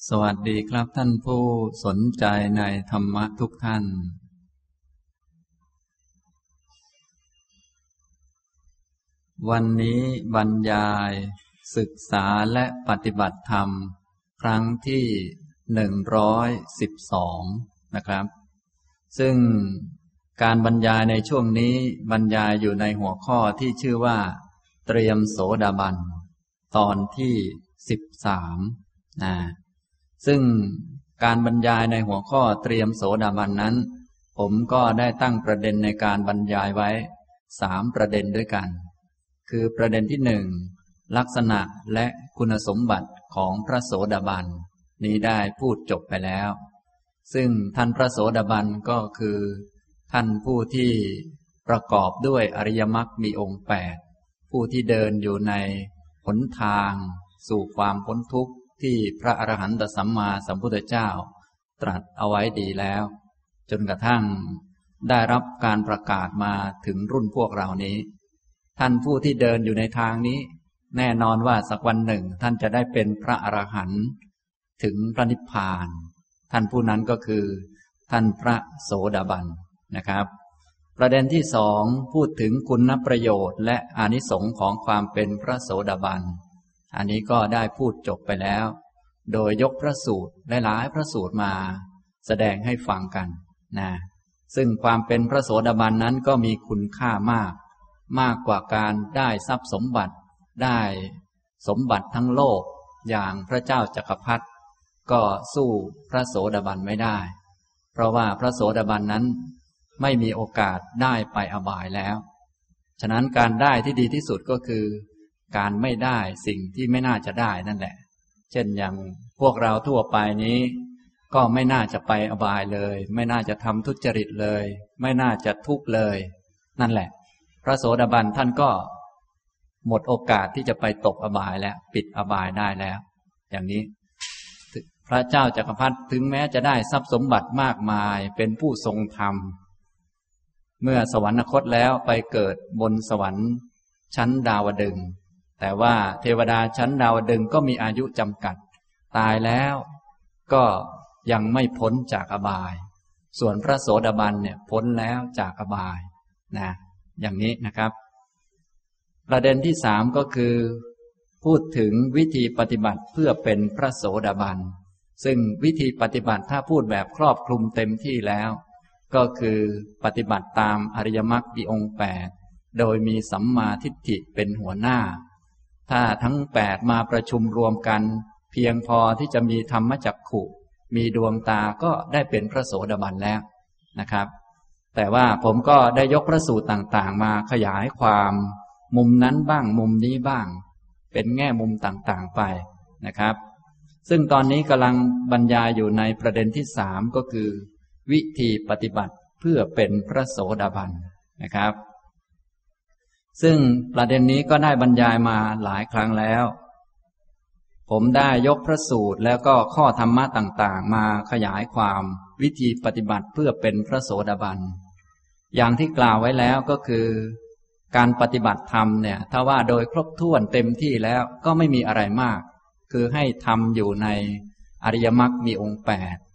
สวัสดีครับท่านผู้สนใจในธรรมะทุกท่านวันนี้บรรยายศึกษาและปฏิบัติธรรมครั้งที่112นะครับซึ่งการบรรยายในช่วงนี้บรรยายอยู่ในหัวข้อที่ชื่อว่าเตรียมโสดาบันตอนที่13นะซึ่งการบรรยายในหัวข้อเตรียมโสดาบันนั้นผมก็ได้ตั้งประเด็นในการบรรยายไว้3ประเด็นด้วยกันคือประเด็นที่1ลักษณะและคุณสมบัติของพระโสดาบันนี้ได้พูดจบไปแล้วซึ่งท่านพระโสดาบันก็คือท่านผู้ที่ประกอบด้วยอริยมรรคมีองค์8ผู้ที่เดินอยู่ในหนทางสู่ความพ้นทุกข์ที่พระอรหันตสัมมาสัมพุทธเจ้าตรัสเอาไว้ดีแล้วจนกระทั่งได้รับการประกาศมาถึงรุ่นพวกเรานี้ท่านผู้ที่เดินอยู่ในทางนี้แน่นอนว่าสักวันหนึ่งท่านจะได้เป็นพระอรหันต์ถึงพระนิพพานท่านผู้นั้นก็คือท่านพระโสดาบันนะครับประเด็นที่2พูดถึงคุณประโยชน์และอานิสงส์ของความเป็นพระโสดาบันอันนี้ก็ได้พูดจบไปแล้วโดยยกพระสูตรหลายๆพระสูตรมาแสดงให้ฟังกันนะซึ่งความเป็นพระโสดาบันนั้นก็มีคุณค่ามากกว่าการได้ทรัพย์สมบัติได้สมบัติทั้งโลกอย่างพระเจ้าจักรพรรดิก็สู้พระโสดาบันไม่ได้เพราะว่าพระโสดาบันนั้นไม่มีโอกาสได้ไปอบายแล้วฉะนั้นการได้ที่ดีที่สุดก็คือการไม่ได้สิ่งที่ไม่น่าจะได้นั่นแหละเช่นอย่างพวกเราทั่วไปนี้ก็ไม่น่าจะไปอบายเลยไม่น่าจะทำทุจริตเลยไม่น่าจะทุกข์เลยนั่นแหละพระโสดาบันท่านก็หมดโอกาสที่จะไปตกอบายแล้วปิดอบายได้แล้วอย่างนี้พระเจ้าจักรพรรดิถึงแม้จะได้ทรัพย์สมบัติมากมายเป็นผู้ทรงธรรมเมื่อสวรรคตแล้วไปเกิดบนสวรรค์ชั้นดาวดึงส์แต่ว่าเทวดาชั้นดาวดึงส์ก็มีอายุจำกัดตายแล้วก็ยังไม่พ้นจากอบายส่วนพระโสดาบันเนี่ยพ้นแล้วจากอบายนะอย่างนี้นะครับประเด็นที่3ก็คือพูดถึงวิธีปฏิบัติเพื่อเป็นพระโสดาบันซึ่งวิธีปฏิบัติถ้าพูดแบบครอบคลุมเต็มที่แล้วก็คือปฏิบัติตามอริยมรรคมีองค์8โดยมีสัมมาทิฏฐิเป็นหัวหน้าถ้าทั้ง8มาประชุมรวมกันเพียงพอที่จะมีธรรมจักขุมีดวงตาก็ได้เป็นพระโสดาบันแล้วนะครับแต่ว่าผมก็ได้ยกพระสูตรต่างๆมาขยายความมุมนั้นบ้างมุมนี้บ้างเป็นแง่มุมต่างๆไปนะครับซึ่งตอนนี้กำลังบรรยายอยู่ในประเด็นที่3ก็คือวิธีปฏิบัติเพื่อเป็นพระโสดาบันนะครับซึ่งประเด็นนี้ก็ได้บรรยายมาหลายครั้งแล้วผมได้ยกพระสูตรแล้วก็ข้อธรรมะต่างๆมาขยายความวิธีปฏิบัติเพื่อเป็นพระโสดาบันอย่างที่กล่าวไว้แล้วก็คือการปฏิบัติธรรมเนี่ยถ้าว่าโดยครบถ้วนเต็มที่แล้วก็ไม่มีอะไรมากคือให้ทำอยู่ในอริยมรรคมีองค์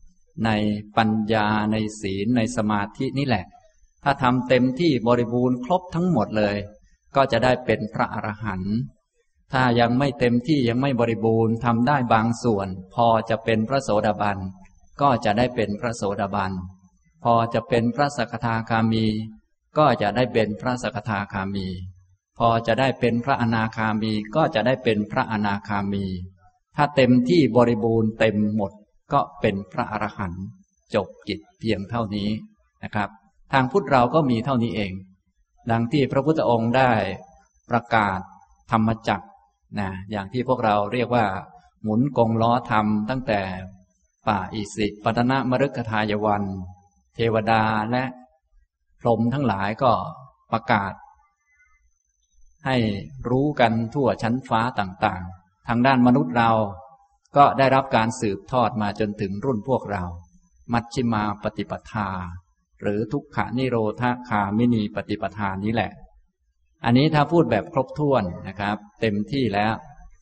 8ในปัญญาในศีลในสมาธินี่แหละถ้าทำเต็มที่บริบูรณ์ครบทั้งหมดเลยก็จะได้เป็นพระอรหันต์ถ้ายังไม่เต็มที่ยังไม่บริบูรณ์ทำได้บางส่วนพอจะเป็นพระโสดาบันก็จะได้เป็นพระโสดาบันพอจะเป็นพระสกทาคามีก็จะได้เป็นพระสกทาคามีพอจะได้เป็นพระอนาคามีก็จะได้เป็นพระอนาคามีถ้าเต็มที่บริบูรณ์เต็มหมดก็เป็นพระอรหันต์จบกิจเพียงเท่านี้นะครับทางพุทธเราก็มีเท่านี้เองดังที่พระพุทธองค์ได้ประกาศธรรมจักรนะอย่างที่พวกเราเรียกว่าหมุนกงล้อธรรมตั้งแต่ป่าอิสิปตนมฤคทายวันเทวดาและพรหมทั้งหลายก็ประกาศให้รู้กันทั่วชั้นฟ้าต่างๆทางด้านมนุษย์เราก็ได้รับการสืบทอดมาจนถึงรุ่นพวกเรามัชฌิมาปฏิปทาหรือทุกขนิโรธคามินีปฏิปทานี้แหละอันนี้ถ้าพูดแบบครบถ้วนนะครับเต็มที่แล้วท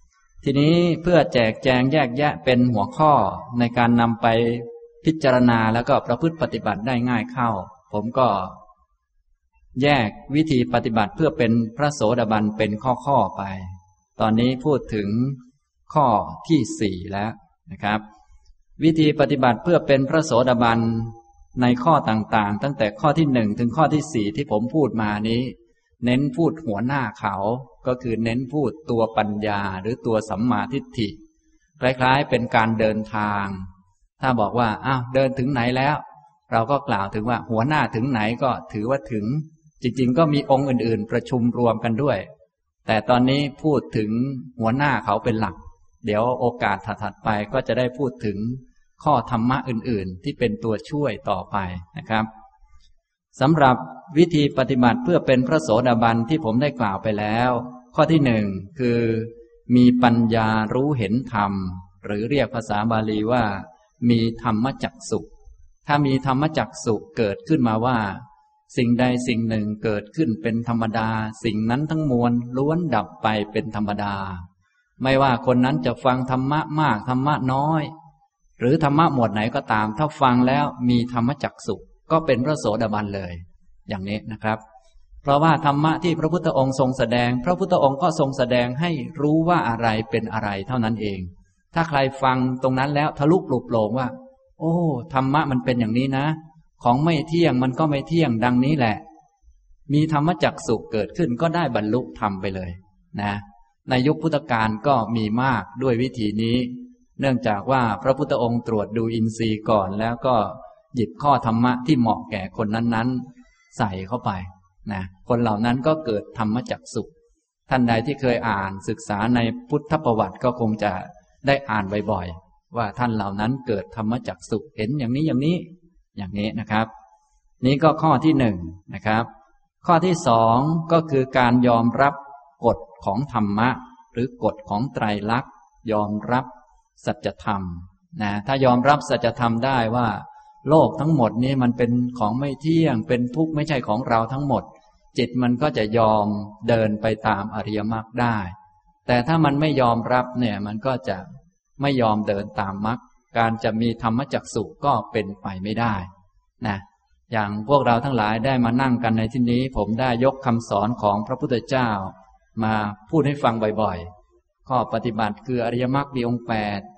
ทีนี้เพื่อแจกแจงแยกแยะเป็นหัวข้อในการนำไปพิจารณาแล้วก็ประพฤติปฏิบัติได้ง่ายเข้าผมก็แยกวิธีปฏิบัติเพื่อเป็นพระโสดาบันเป็นข้อๆไปตอนนี้พูดถึงข้อที่4แล้วนะครับวิธีปฏิบัติเพื่อเป็นพระโสดาบันในข้อต่างๆตั้งแต่ข้อที่1ถึงข้อที่4ที่ผมพูดมานี้เน้นพูดหัวหน้าเขาก็คือเน้นพูดตัวปัญญาหรือตัวสัมมาทิฏฐิคล้ายๆเป็นการเดินทางถ้าบอกว่าอ้าวเดินถึงไหนแล้วเราก็กล่าวถึงว่าหัวหน้าถึงไหนก็ถือว่าถึงจริงๆก็มีองค์อื่นๆประชุมรวมกันด้วยแต่ตอนนี้พูดถึงหัวหน้าเขาเป็นหลักเดี๋ยวโอกาสถัดๆไปก็จะได้พูดถึงข้อธรรมะอื่นๆที่เป็นตัวช่วยต่อไปนะครับสำหรับวิธีปฏิบัติเพื่อเป็นพระโสดาบันที่ผมได้กล่าวไปแล้วข้อที่1คือมีปัญญารู้เห็นธรรมหรือเรียกภาษาบาลีว่ามีธรรมจักษุถ้ามีธรรมจักษุเกิดขึ้นมาว่าสิ่งใดสิ่งหนึ่งเกิดขึ้นเป็นธรรมดาสิ่งนั้นทั้งมวลล้วนดับไปเป็นธรรมดาไม่ว่าคนนั้นจะฟังธรรมะมากธรรมะน้อยหรือธรรมะหมวดไหนก็ตามถ้าฟังแล้วมีธรรมจักษุก็เป็นพระโสดาบันเลยอย่างนี้นะครับเพราะว่าธรรมะที่พระพุทธองค์ทรงแสดงพระพุทธองค์ก็ทรงแสดงให้รู้ว่าอะไรเป็นอะไรเท่านั้นเองถ้าใครฟังตรงนั้นแล้วทะลุปลุกโปร่งว่าโอ้ธรรมะมันเป็นอย่างนี้นะของไม่เที่ยงมันก็ไม่เที่ยงดังนี้แหละมีธรรมจักษุเกิดขึ้นก็ได้บรรลุธรรมไปเลยนะในยุคพุทธกาลก็มีมากด้วยวิธีนี้เนื่องจากว่าพระพุทธองค์ตรวจดูอินทรีย์ก่อนแล้วก็หยิบข้อธรรมะที่เหมาะแก่คนนั้นๆใส่เข้าไปนะคนเหล่านั้นก็เกิดธรรมจักษุท่านใดที่เคยอ่านศึกษาในพุทธประวัติก็คงจะได้อ่านบ่อยๆว่าท่านเหล่านั้นเกิดธรรมจักษุเห็นอย่างนี้อย่างนี้อย่างนี้นะครับนี้ก็ข้อที่นะครับข้อที่2ก็คือการยอมรับกฎของธรรมะหรือกฎของไตรลักษณ์ยอมรับสัจธรรมนะถ้ายอมรับสัจธรรมได้ว่าโลกทั้งหมดนี้มันเป็นของไม่เที่ยงเป็นทุกข์ไม่ใช่ของเราทั้งหมดจิตมันก็จะยอมเดินไปตามอริยมรรคได้แต่ถ้ามันไม่ยอมรับเนี่ยมันก็จะไม่ยอมเดินตามมรรคการจะมีธรรมจักษุก็เป็นไปไม่ได้นะอย่างพวกเราทั้งหลายได้มานั่งกันในที่นี้ผมได้ยกคำสอนของพระพุทธเจ้ามาพูดให้ฟังบ่อยๆข้อปฏิบัติคืออริยมรรคมีองค์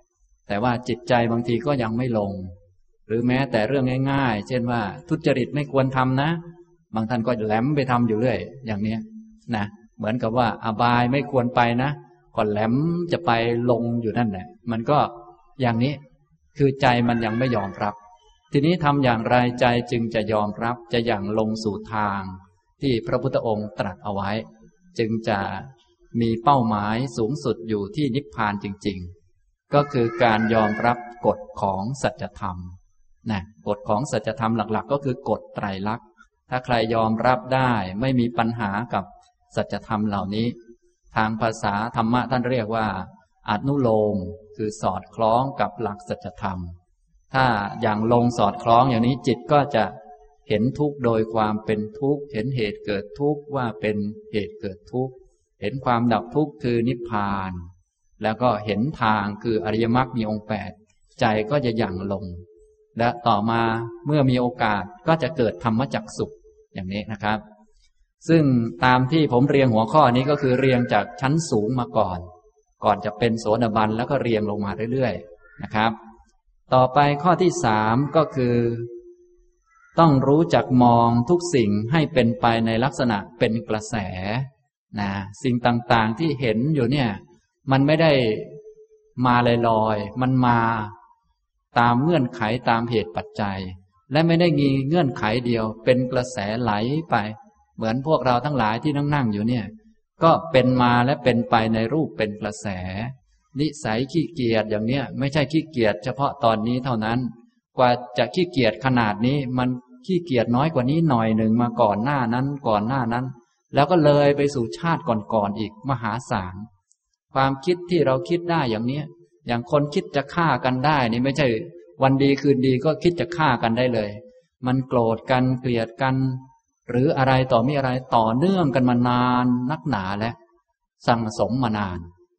8แต่ว่าจิตใจบางทีก็ยังไม่ลงหรือแม้แต่เรื่องง่ายๆเช่นว่าทุจริตไม่ควรทำนะบางท่านก็แหลมไปทำอยู่เรื่อยอย่างนี้นะเหมือนกับว่าอบายไม่ควรไปนะก็แหลมจะไปลงอยู่นั่นแหละมันก็อย่างนี้คือใจมันยังไม่ยอมรับทีนี้ทำอย่างไรใจจึงจะยอมรับจะอย่างลงสู่ทางที่พระพุทธองค์ตรัสเอาไว้จึงจะมีเป้าหมายสูงสุดอยู่ที่นิพพานจริงๆก็คือการยอมรับกฎของสัจธรรมนะกฎของสัจธรรมหลักๆก็คือกฎไตรลักษณ์ถ้าใครยอมรับได้ไม่มีปัญหากับสัจธรรมเหล่านี้ทางภาษาธรรมะท่านเรียกว่าอนุโลมคือสอดคล้องกับหลักสัจธรรมถ้าอย่างลงสอดคล้องอย่างนี้จิตก็จะเห็นทุกข์โดยความเป็นทุกข์เห็นเหตุเกิดทุกข์ว่าเป็นเหตุเกิดทุกข์เห็นความดับทุกข์คือนิพพานแล้วก็เห็นทางคืออริยมรรคมีองค์8ใจก็จะหยั่งลงและต่อมาเมื่อมีโอกาสก็จะเกิดธรรมจักษุอย่างนี้นะครับซึ่งตามที่ผมเรียงหัวข้อนี้ก็คือเรียงจากชั้นสูงมาก่อนจะเป็นโสดาบันแล้วก็เรียงลงมาเรื่อยๆนะครับต่อไปข้อที่3ก็คือต้องรู้จักมองทุกสิ่งให้เป็นไปในลักษณะเป็นกระแสนะสิ่งต่างๆที่เห็นอยู่เนี่ยมันไม่ได้มาลอยๆมันมาตามเงื่อนไขตามเหตุปัจจัยและไม่ได้มีเงื่อนไขเดียวเป็นกระแสไหลไปเหมือนพวกเราทั้งหลายที่นั่งอยู่เนี่ยก็เป็นมาและเป็นไปในรูปเป็นกระแสนิสัยขี้เกียจอย่างเนี้ยไม่ใช่ขี้เกียจเฉพาะตอนนี้เท่านั้นกว่าจะขี้เกียจขนาดนี้มันขี้เกียจน้อยกว่านี้หน่อยหนึ่งมาก่อนหน้านั้นแล้วก็เลยไปสู่ชาติก่อนๆอีกมหาศาลความคิดที่เราคิดได้อย่างเนี้ยอย่างคนคิดจะฆ่ากันได้นี่ไม่ใช่วันดีคืนดีก็คิดจะฆ่ากันได้เลยมันโกรธกันเกลียดกันหรืออะไรต่อมีอะไรต่อเนื่องกันมานานนักหนาและสั่งสมมานานนะ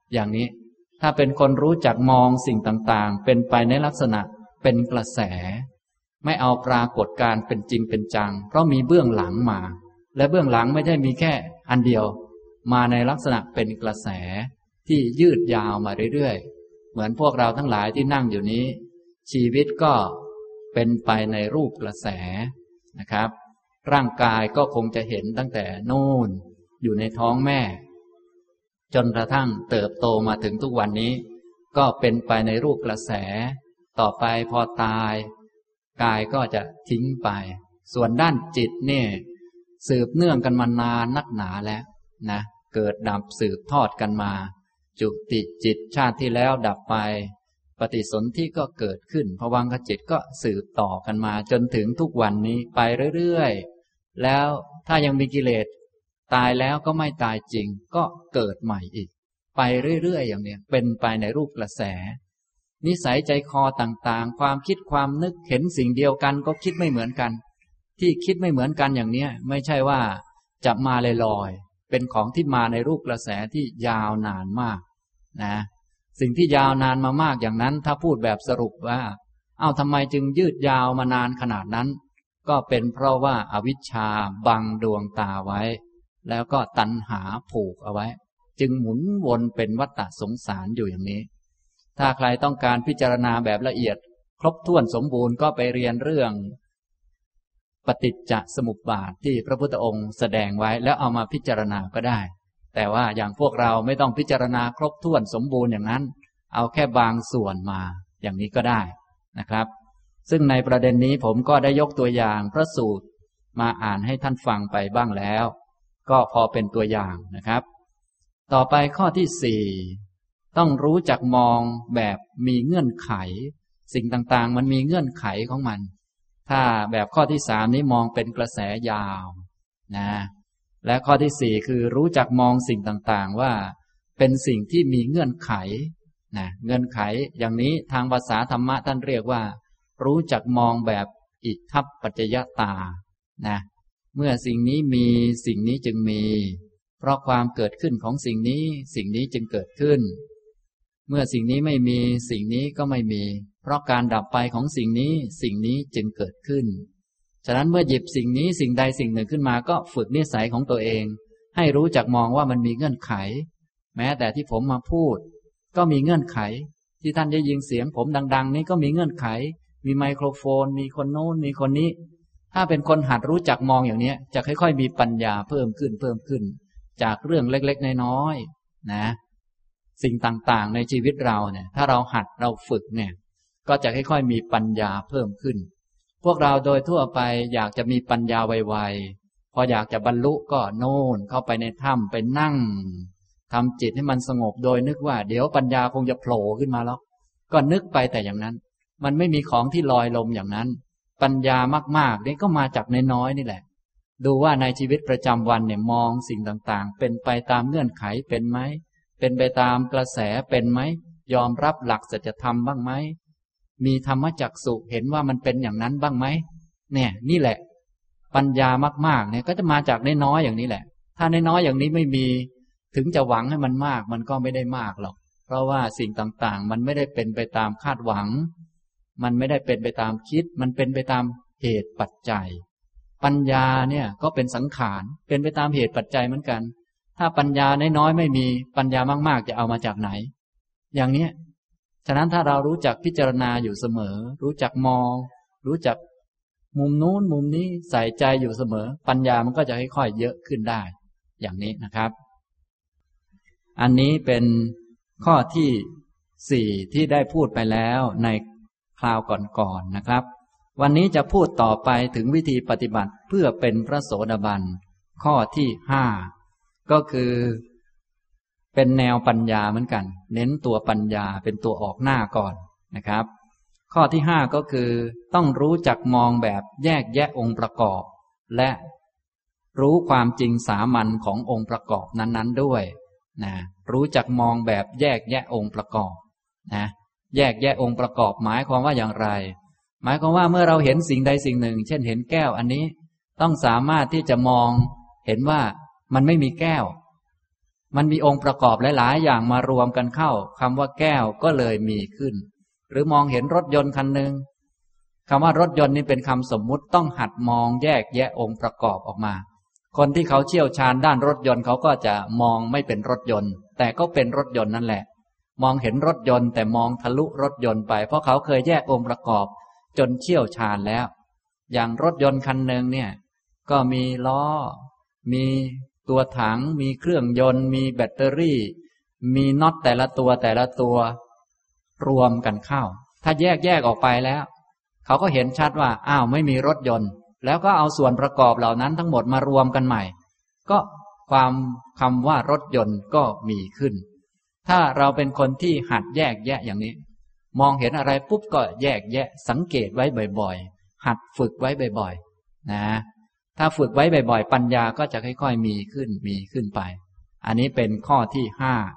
อย่างนี้ถ้าเป็นคนรู้จักมองสิ่งต่างๆเป็นไปในลักษณะเป็นกระแสไม่เอาปรากฏการณ์เป็นจริงเป็นจังเพราะมีเบื้องหลังมาและเบื้องหลังไม่ได้มีแค่อันเดียวมาในลักษณะเป็นกระแสที่ยืดยาวมาเรื่อยๆเหมือนพวกเราทั้งหลายที่นั่งอยู่นี้ชีวิตก็เป็นไปในรูปกระแสนะครับร่างกายก็คงจะเห็นตั้งแต่นู่นอยู่ในท้องแม่จนกระทั่งเติบโตมาถึงทุกวันนี้ก็เป็นไปในรูปกระแสต่อไปพอตายกายก็จะทิ้งไปส่วนด้านจิตเนี่ยสืบเนื่องกันมานานนักหนาแล้วนะเกิดดับสืบทอดกันมาจุติจิตชาติที่แล้วดับไปปฏิสนธิก็เกิดขึ้นภวังคจิตก็สืบต่อกันมาจนถึงทุกวันนี้ไปเรื่อยๆแล้วถ้ายังมีกิเลสตายแล้วก็ไม่ตายจริงก็เกิดใหม่อีกไปเรื่อยๆอย่างเนี้ยเป็นไปในรูปกระแสนิสัยใจคอต่างๆความคิดความนึกเห็นสิ่งเดียวกันก็คิดไม่เหมือนกันที่คิดไม่เหมือนกันอย่างเนี้ยไม่ใช่ว่าจะมาลอยๆเป็นของที่มาในรูปกระแสที่ยาวนานมากนะสิ่งที่ยาวนานมามากอย่างนั้นถ้าพูดแบบสรุปว่าทำไมจึงยืดยาวมานานขนาดนั้นก็เป็นเพราะว่าอวิชชาบังดวงตาไว้แล้วก็ตัณหาผูกเอาไว้จึงหมุนวนเป็นวัฏฏะสงสารอยู่อย่างนี้ถ้าใครต้องการพิจารณาแบบละเอียดครบถ้วนสมบูรณ์ก็ไปเรียนเรื่องปฏิจจสมุปบาทที่พระพุทธองค์แสดงไว้แล้วเอามาพิจารณาก็ได้แต่ว่าอย่างพวกเราไม่ต้องพิจารณาครบถ้วนสมบูรณ์อย่างนั้นเอาแค่บางส่วนมาอย่างนี้ก็ได้นะครับซึ่งในประเด็นนี้ผมก็ได้ยกตัวอย่างพระสูตรมาอ่านให้ท่านฟังไปบ้างแล้วก็พอเป็นตัวอย่างนะครับต่อไปข้อที่สี่ต้องรู้จักมองแบบมีเงื่อนไขสิ่งต่างๆมันมีเงื่อนไขของมันถ้าแบบข้อที่สามนี้มองเป็นกระแสยาวนะและข้อที่สี่คือรู้จักมองสิ่งต่างๆว่าเป็นสิ่งที่มีเงื่อนไขนะเงื่อนไขอย่างนี้ทางภาษาธรรมะท่านเรียกว่ารู้จักมองแบบอิทธัปปัจจยตานะเมื่อสิ่งนี้มีสิ่งนี้จึงมีเพราะความเกิดขึ้นของสิ่งนี้สิ่งนี้จึงเกิดขึ้นเมื่อสิ่งนี้ไม่มีสิ่งนี้ก็ไม่มีเพราะการดับไปของสิ่งนี้สิ่งนี้จึงเกิดขึ้นฉะนั้นเมื่อหยิบสิ่งนี้สิ่งใดสิ่งหนึ่งขึ้นมาก็ฝึกนิสัยของตัวเองให้รู้จักมองว่ามันมีเงื่อนไขแม้แต่ที่ผมมาพูดก็มีเงื่อนไขที่ท่านได้ยินเสียงผมดังๆนี้ก็มีเงื่อนไขมีไมโครโฟนมีคนโน้นมีคนนี้ถ้าเป็นคนหัดรู้จักมองอย่างนี้จะค่อยๆมีปัญญาเพิ่มขึ้นจากเรื่องเล็กๆน้อยๆนะสิ่งต่างๆในชีวิตเราเนี่ยถ้าเราหัดเราฝึกเนี่ยก็จะค่อยๆมีปัญญาเพิ่มขึ้นพวกเราโดยทั่วไปอยากจะมีปัญญาไวๆพออยากจะบรรลุก็โน่นเข้าไปในถ้ำไปนั่งทำจิตให้มันสงบโดยนึกว่าเดี๋ยวปัญญาคงจะโผล่ขึ้นมาแล้วก็นึกไปแต่อย่างนั้นมันไม่มีของที่ลอยลมอย่างนั้นปัญญามากๆนี่ก็มาจากน้อยๆนี่แหละดูว่าในชีวิตประจำวันเนี่ยมองสิ่งต่างๆเป็นไปตามเงื่อนไขเป็นไหมเป็นไปตามกระแสเป็นไหมยอมรับหลักสัจธรรมบ้างไหมมีธรรมจักษุเห็นว่ามันเป็นอย่างนั้นบ้างไหมเนี่ยนี่แหละปัญญามากๆเนี่ยก็จะมาจากน้อยๆอย่างนี้แหละถ้าน้อยๆอย่างนี้ไม่มีถึงจะหวังให้มันมากมันก็ไม่ได้มากหรอกเพราะว่าสิ่งต่างๆมันไม่ได้เป็นไปตามคาดหวังมันไม่ได้เป็นไปตามคิดมันเป็นไปตามเหตุปัจจัยปัญญาเนี่ยก็เป็นสังขารเป็นไปตามเหตุปัจจัยเหมือนกันถ้าปัญญาน้อยๆไม่มีปัญญามากๆจะเอามาจากไหนอย่างเนี้ยฉะนั้นถ้าเรารู้จักพิจารณาอยู่เสมอรู้จักมองรู้จักมุมนู้นมุมนี้ใส่ใจอยู่เสมอปัญญามันก็จะค่อยๆเยอะขึ้นได้อย่างนี้นะครับอันนี้เป็นข้อที่สี่ที่ได้พูดไปแล้วในคราวก่อนๆนะครับวันนี้จะพูดต่อไปถึงวิธีปฏิบัติเพื่อเป็นพระโสดาบันข้อที่ห้าก็คือเป็นแนวปัญญาเหมือนกันเน้นตัวปัญญาเป็นตัวออกหน้าก่อนนะครับข้อที่ห้าก็คือต้องรู้จักมองแบบแยกแยะองค์ประกอบและรู้ความจริงสามัญขององค์ประกอบนั้นๆด้วยนะรู้จักมองแบบแยกแยะองค์ประกอบนะแยกแยะองค์ประกอบหมายความว่าอย่างไรหมายความว่าเมื่อเราเห็นสิ่งใดสิ่งหนึ่งเช่นเห็นแก้วอันนี้ต้องสามารถที่จะมองเห็นว่ามันไม่มีแก้วมันมีองค์ประกอบหลายๆอย่างมารวมกันเข้าคำว่าแก้วก็เลยมีขึ้นหรือมองเห็นรถยนต์คันหนึ่งคำว่ารถยนต์นี่เป็นคำสมมุติต้องหัดมองแยกแยะองค์ประกอบออกมาคนที่เขาเชี่ยวชาญด้านรถยนต์เขาก็จะมองไม่เป็นรถยนต์แต่ก็เป็นรถยนต์นั่นแหละมองเห็นรถยนต์แต่มองทะลุรถยนต์ไปเพราะเขาเคยแยกองค์ประกอบจนเชี่ยวชาญแล้วอย่างรถยนต์คันหนึ่งเนี่ยก็มีล้อมีตัวถังมีเครื่องยนต์มีแบตเตอรี่มีน็อตแต่ละตัวรวมกันเข้าถ้าแยกออกไปแล้วเขาก็เห็นชัดว่าอ้าวไม่มีรถยนต์แล้วก็เอาส่วนประกอบเหล่านั้นทั้งหมดมารวมกันใหม่ก็คำว่ารถยนต์ก็มีขึ้นถ้าเราเป็นคนที่หัดแยกแยะอย่างนี้มองเห็นอะไรปุ๊บก็แยกแยะสังเกตไว้บ่อยๆหัดฝึกไว้บ่อยๆนะถ้าฝึกไว้บ่อยๆปัญญาก็จะค่อยๆมีขึ้นไปอันนี้เป็นข้อที่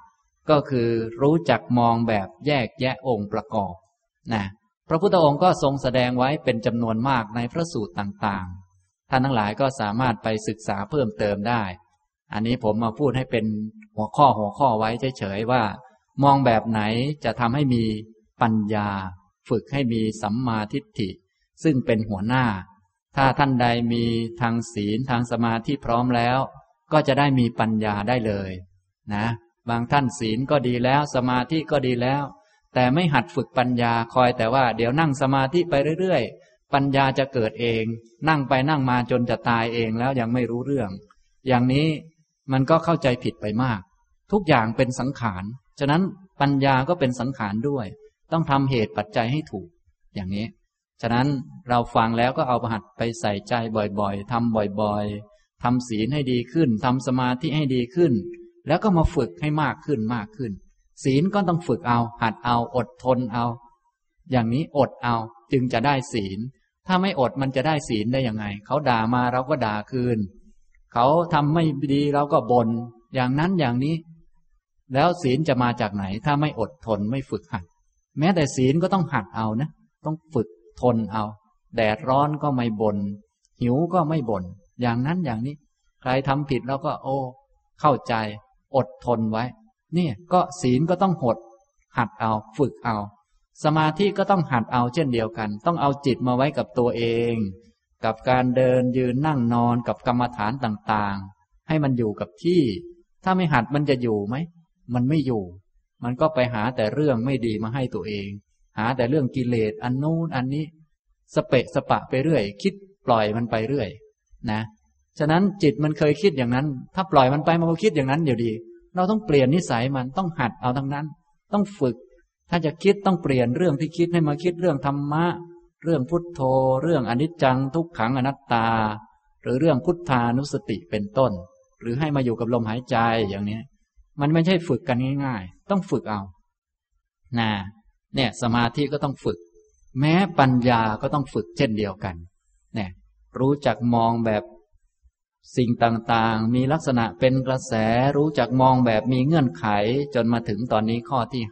5ก็คือรู้จักมองแบบแยกแยะองค์ประกอบนะพระพุทธองค์ก็ทรงแสดงไว้เป็นจำนวนมากในพระสูตรต่างๆท่านทั้งหลายก็สามารถไปศึกษาเพิ่มเติมได้อันนี้ผมมาพูดให้เป็นหัวข้อไว้เฉยๆว่ามองแบบไหนจะทำให้มีปัญญาฝึกให้มีสัมมาทิฏฐิซึ่งเป็นหัวหน้าถ้าท่านใดมีทางศีลทางสมาธิพร้อมแล้วก็จะได้มีปัญญาได้เลยนะบางท่านศีลก็ดีแล้วสมาธิก็ดีแล้วแต่ไม่หัดฝึกปัญญาคอยแต่ว่าเดี๋ยวนั่งสมาธิไปเรื่อยๆปัญญาจะเกิดเองนั่งไปนั่งมาจนจะตายเองแล้วยังไม่รู้เรื่องอย่างนี้มันก็เข้าใจผิดไปมากทุกอย่างเป็นสังขารฉะนั้นปัญญาก็เป็นสังขารด้วยต้องทำเหตุปัจจัยให้ถูกอย่างนี้ฉะนั้นเราฟังแล้วก็เอาหัดไปใส่ใจบ่อยๆทำบ่อยๆทำศีลให้ดีขึ้นทำสมาธิให้ดีขึ้นแล้วก็มาฝึกให้มากขึ้นศีลก็ต้องฝึกเอาหัดเอาอดทนเอาอย่างนี้อดเอาจึงจะได้ศีลถ้าไม่อดมันจะได้ศีลได้ยังไงเขาด่ามาเราก็ด่าคืนเขาทำไม่ดีเราก็บ่นอย่างนั้นอย่างนี้แล้วศีลจะมาจากไหนถ้าไม่อดทนไม่ฝึกหัดแม้แต่ศีลก็ต้องหัดเอานะต้องฝึกทนเอาแดดร้อนก็ไม่บ่นหิวก็ไม่บ่นอย่างนั้นอย่างนี้ใครทำผิดเราก็เข้าใจอดทนไว้เนี่ยก็ศีลก็ต้องหัดเอาฝึกเอาสมาธิก็ต้องหัดเอาเช่นเดียวกันต้องเอาจิตมาไว้กับตัวเองกับการเดินยืนนั่งนอนกับกรรมฐานต่างๆให้มันอยู่กับที่ถ้าไม่หัดมันจะอยู่ไหมมันไม่อยู่มันก็ไปหาแต่เรื่องไม่ดีมาให้ตัวเองหาแต่เรื่องกิเลสอันนู้นอันนี้สเปะสปะไปเรื่อยคิดปล่อยมันไปเรื่อยนะฉะนั้นจิตมันเคยคิดอย่างนั้นถ้าปล่อยมันไปมันก็คิดอย่างนั้นอยู่ดีเราต้องเปลี่ยนนิสัยมันต้องหัดเอาทั้งนั้นต้องฝึกถ้าจะคิดต้องเปลี่ยนเรื่องที่คิดให้มาคิดเรื่องธรรมะเรื่องพุทโธเรื่องอนิจจังทุกขังอนัตตาหรือเรื่องพุทธานุสติเป็นต้นหรือให้มาอยู่กับลมหายใจอย่างนี้มันไม่ใช่ฝึกกันง่ายๆต้องฝึกเอาเนี่ยสมาธิก็ต้องฝึกแม้ปัญญาก็ต้องฝึกเช่นเดียวกันเนี่ยรู้จักมองแบบสิ่งต่างๆมีลักษณะเป็นกระแสรู้จักมองแบบมีเงื่อนไขจนมาถึงตอนนี้ข้อที่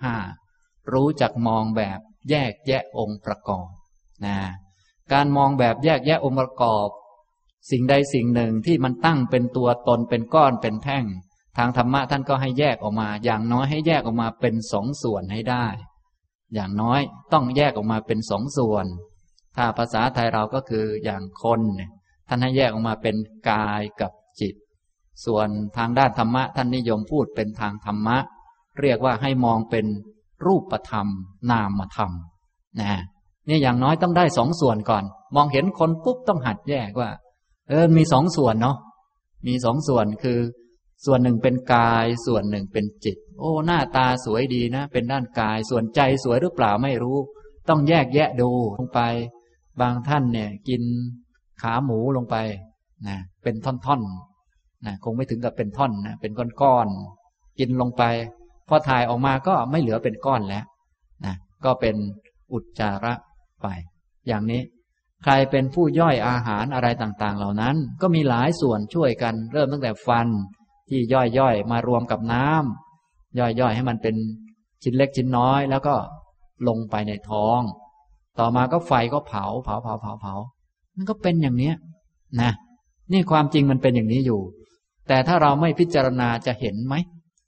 5รู้จักมองแบบแยกแยะองค์ประกอบการมองแบบแยกแยะองค์ประกอบสิ่งใดสิ่งหนึ่งที่มันตั้งเป็นตัวตนเป็นก้อนเป็นแท่งทางธรรมะท่านก็ให้แยกออกมาอย่างน้อยให้แยกออกมาเป็น2 ส่วนให้ได้อย่างน้อยต้องแยกออกมาเป็น2 ส่วนถ้าภาษาไทยเราก็คืออย่างคนเนี่ยท่านให้แยกออกมาเป็นกายกับจิตส่วนทางด้านธรรมะท่านนิยมพูดเป็นทางธรรมะเรียกว่าให้มองเป็นรูปธรรมนามธรรมนี่อย่างน้อยต้องได้2 ส่วนก่อนมองเห็นคนปุ๊บต้องหัดแยกว่ามี2 ส่วนเนาะมี2 ส่วนคือส่วนหนึ่งเป็นกายส่วนหนึ่งเป็นจิตหน้าตาสวยดีนะเป็นด้านกายส่วนใจสวยหรือเปล่าไม่รู้ต้องแยกแยะดูลงไปบางท่านเนี่ยกินขาหมูลงไปเป็นท่อนๆคงไม่ถึงกับเป็นท่อนนะเป็นก้อนๆกินลงไปพอถ่ายออกมาก็ไม่เหลือเป็นก้อนแล้วก็เป็นอุจจาระไปอย่างนี้ใครเป็นผู้ย่อยอาหารอะไรต่างๆเหล่านั้นก็มีหลายส่วนช่วยกันเริ่มตั้งแต่ฟันที่ย่อยๆมารวมกับน้ำย่อยๆให้มันเป็นชิ้นเล็กชิ้นน้อยแล้วก็ลงไปในท้องต่อมาก็ไฟก็เผามันก็เป็นอย่างนี้นี่ความจริงมันเป็นอย่างนี้อยู่แต่ถ้าเราไม่พิจารณาจะเห็นไหม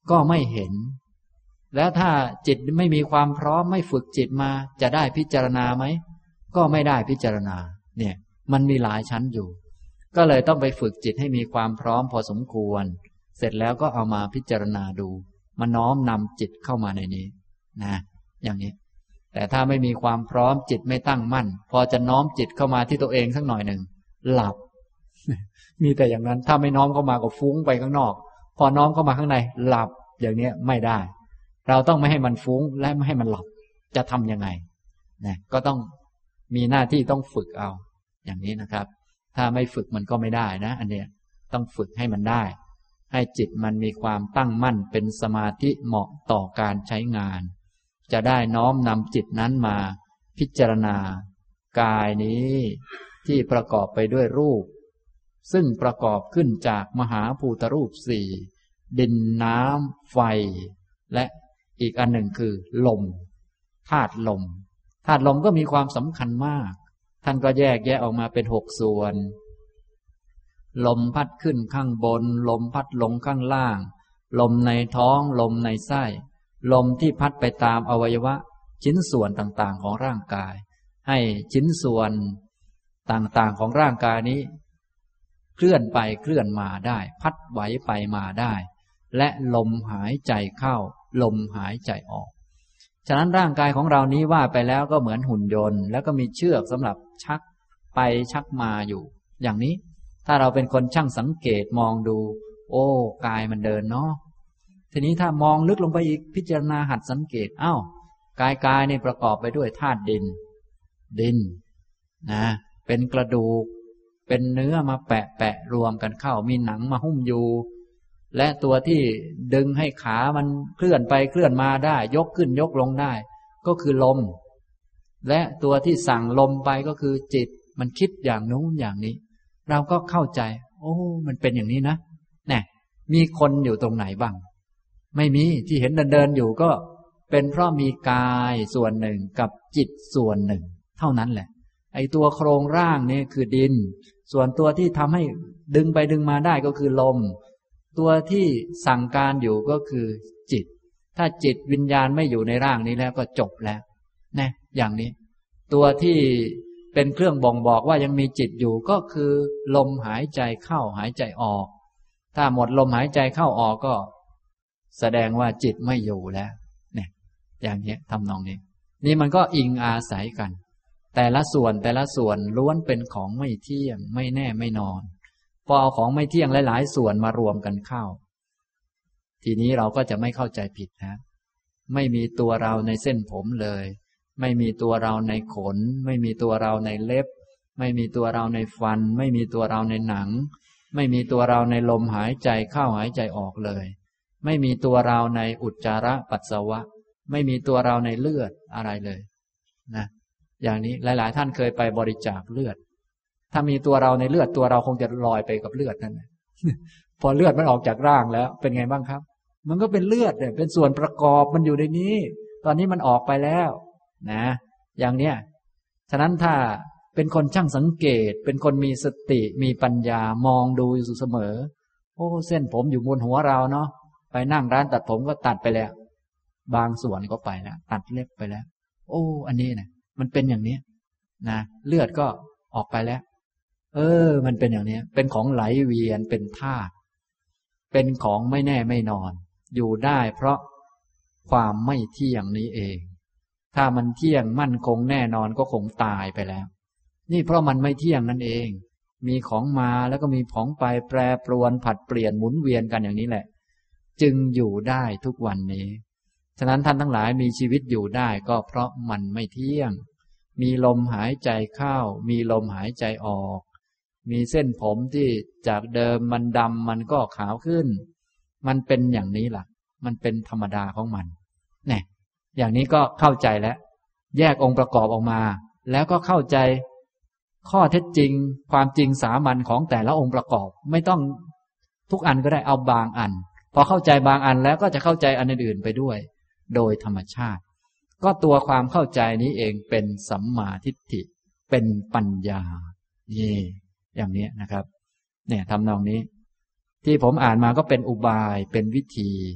ก็ไม่เห็นแล้วถ้าจิตไม่มีความพร้อมไม่ฝึกจิตมาจะได้พิจารณาไหมก็ไม่ได้พิจารณาเนี่ยมันมีหลายชั้นอยู่ก็เลยต้องไปฝึกจิตให้มีความพร้อมพอสมควรเสร็จแล้วก็เอามาพิจารณาดูมาน้อมนำจิตเข้ามาในนี้นะอย่างนี้แต่ถ้าไม่มีความพร้อมจิตไม่ตั้งมั่นพอจะน้อมจิตเข้ามาที่ตัวเองสักหน่อยหนึ่งหลับ มีแต่อย่างนั้นถ้าไม่น้อมเข้ามาก็ฟุ้งไปข้างนอกพอน้อมเข้ามาข้างในหลับอย่างนี้ไม่ได้เราต้องไม่ให้มันฟุ้งและไม่ให้มันหลับจะทำยังไงนะก็ต้องมีหน้าที่ต้องฝึกเอาอย่างนี้นะครับถ้าไม่ฝึกมันก็ไม่ได้นะอันเนี้ยต้องฝึกให้มันได้ให้จิตมันมีความตั้งมั่นเป็นสมาธิเหมาะต่อการใช้งานจะได้น้อมนำจิตนั้นมาพิจารณากายนี้ที่ประกอบไปด้วยรูปซึ่งประกอบขึ้นจากมหาภูตรูปสี่ดินน้ำไฟและอีกอันหนึ่งคือลมธาตุลมธาตุลมก็มีความสำคัญมากท่านก็แยกแยะออกมาเป็น6 ส่วนลมพัดขึ้นข้างบนลมพัดลงข้างล่างลมในท้องลมในไส้ลมที่พัดไปตามอวัยวะชิ้นส่วนต่างๆของร่างกายให้ชิ้นส่วนต่างๆของร่างกายนี้เคลื่อนไปเคลื่อนมาได้พัดไหวไปมาได้และลมหายใจเข้าลมหายใจออกฉะนั้นร่างกายของเรานี้ว่าไปแล้วก็เหมือนหุ่นยนต์แล้วก็มีเชือกสำหรับชักไปชักมาอยู่อย่างนี้ถ้าเราเป็นคนช่างสังเกตมองดูโอ้กายมันเดินเนาะทีนี้ถ้ามองลึกลงไปอีกพิจารณาหัดสังเกตอ้าวกายนี่ประกอบไปด้วยธาตุดินนะเป็นกระดูกเป็นเนื้อมาแปะรวมกันเข้ามีหนังมาหุ้มอยู่และตัวที่ดึงให้ขามันเคลื่อนไปเคลื่อนมาได้ยกขึ้นยกลงได้ก็คือลมและตัวที่สั่งลมไปก็คือจิตมันคิดอย่างนู้นอย่างนี้เราก็เข้าใจโอ้มันเป็นอย่างนี้นะเนี่ยมีคนอยู่ตรงไหนบ้างไม่มีที่เห็นเดินอยู่ก็เป็นเพราะมีกายส่วนหนึ่งกับจิตส่วนหนึ่งเท่านั้นแหละไอ้ตัวโครงร่างนี่คือดินส่วนตัวที่ทำให้ดึงไปดึงมาได้ก็คือลมตัวที่สั่งการอยู่ก็คือจิตถ้าจิตวิญญาณไม่อยู่ในร่างนี้แล้วก็จบแล้วนะอย่างนี้ตัวที่เป็นเครื่องบ่งบอกว่ายังมีจิตอยู่ก็คือลมหายใจเข้าหายใจออกถ้าหมดลมหายใจเข้าออกก็แสดงว่าจิตไม่อยู่แล้วเนี่ยอย่างนี้ทำนองนี้นี่มันก็อิงอาศัยกันแต่ละส่วนล้วนเป็นของไม่เที่ยงไม่แน่ไม่นอนพอเอาของไม่เที่ยงหลายๆส่วนมารวมกันเข้าทีนี้เราก็จะไม่เข้าใจผิดนะไม่มีตัวเราในเส้นผมเลยไม่มีตัวเราในขนไม่มีตัวเราในเล็บไม่มีตัวเราในฟันไม่มีตัวเราในหนังไม่มีตัวเราในลมหายใจเข้าหายใจออกเลยไม่มีตัวเราในอุจจาระปัสสาวะไม่มีตัวเราในเลือดอะไรเลยนะอย่างนี้หลายๆท่านเคยไปบริจาคเลือดถ้ามีตัวเราในเลือดตัวเราคงจะลอยไปกับเลือดนั่นแหละ พอเลือดมันออกจากร่างแล้วเป็นไงบ้างครับมันก็เป็นเลือดเนี่ยเป็นส่วนประกอบมันอยู่ในนี้ตอนนี้มันออกไปแล้วนะอย่างเนี้ยฉะนั้นถ้าเป็นคนช่างสังเกตเป็นคนมีสติมีปัญญามองดูอยู่เสมอโอ้เส้นผมอยู่บนหัวเราเนาะไปนั่งร้านตัดผมก็ตัดไปแล้วบางส่วนก็ไปแล้วตัดเล็บไปแล้วโอ้อันนี้นะมันเป็นอย่างนี้นะเลือดก็ออกไปแล้วมันเป็นอย่างนี้เป็นของไหลเวียนเป็นธาตุเป็นของไม่แน่ไม่นอนอยู่ได้เพราะความไม่เที่ยงนี้เองถ้ามันเที่ยงมั่นคงแน่นอนก็คงตายไปแล้วนี่เพราะมันไม่เที่ยงนั่นเองมีของมาแล้วก็มีของไปแปรปรวนผัดเปลี่ยนหมุนเวียนกันอย่างนี้แหละจึงอยู่ได้ทุกวันนี้ฉะนั้นท่านทั้งหลายมีชีวิตอยู่ได้ก็เพราะมันไม่เที่ยงมีลมหายใจเข้ามีลมหายใจออกมีเส้นผมที่จากเดิมมันดำมันก็ขาวขึ้นมันเป็นอย่างนี้ล่ะมันเป็นธรรมดาของมันเนี่ยอย่างนี้ก็เข้าใจแล้วแยกองค์ประกอบออกมาแล้วก็เข้าใจข้อเท็จจริงความจริงสามัญของแต่ละองค์ประกอบไม่ต้องทุกอันก็ได้เอาบางอันพอเข้าใจบางอันแล้วก็จะเข้าใจอันอื่นๆไปด้วยโดยธรรมชาติก็ตัวความเข้าใจนี้เองเป็นสัมมาทิฏฐิเป็นปัญญานี่อย่างนี้นะครับเนี่ยทำนองนี้ที่ผมอ่านมาก็เป็นอุบายเป็นวิธี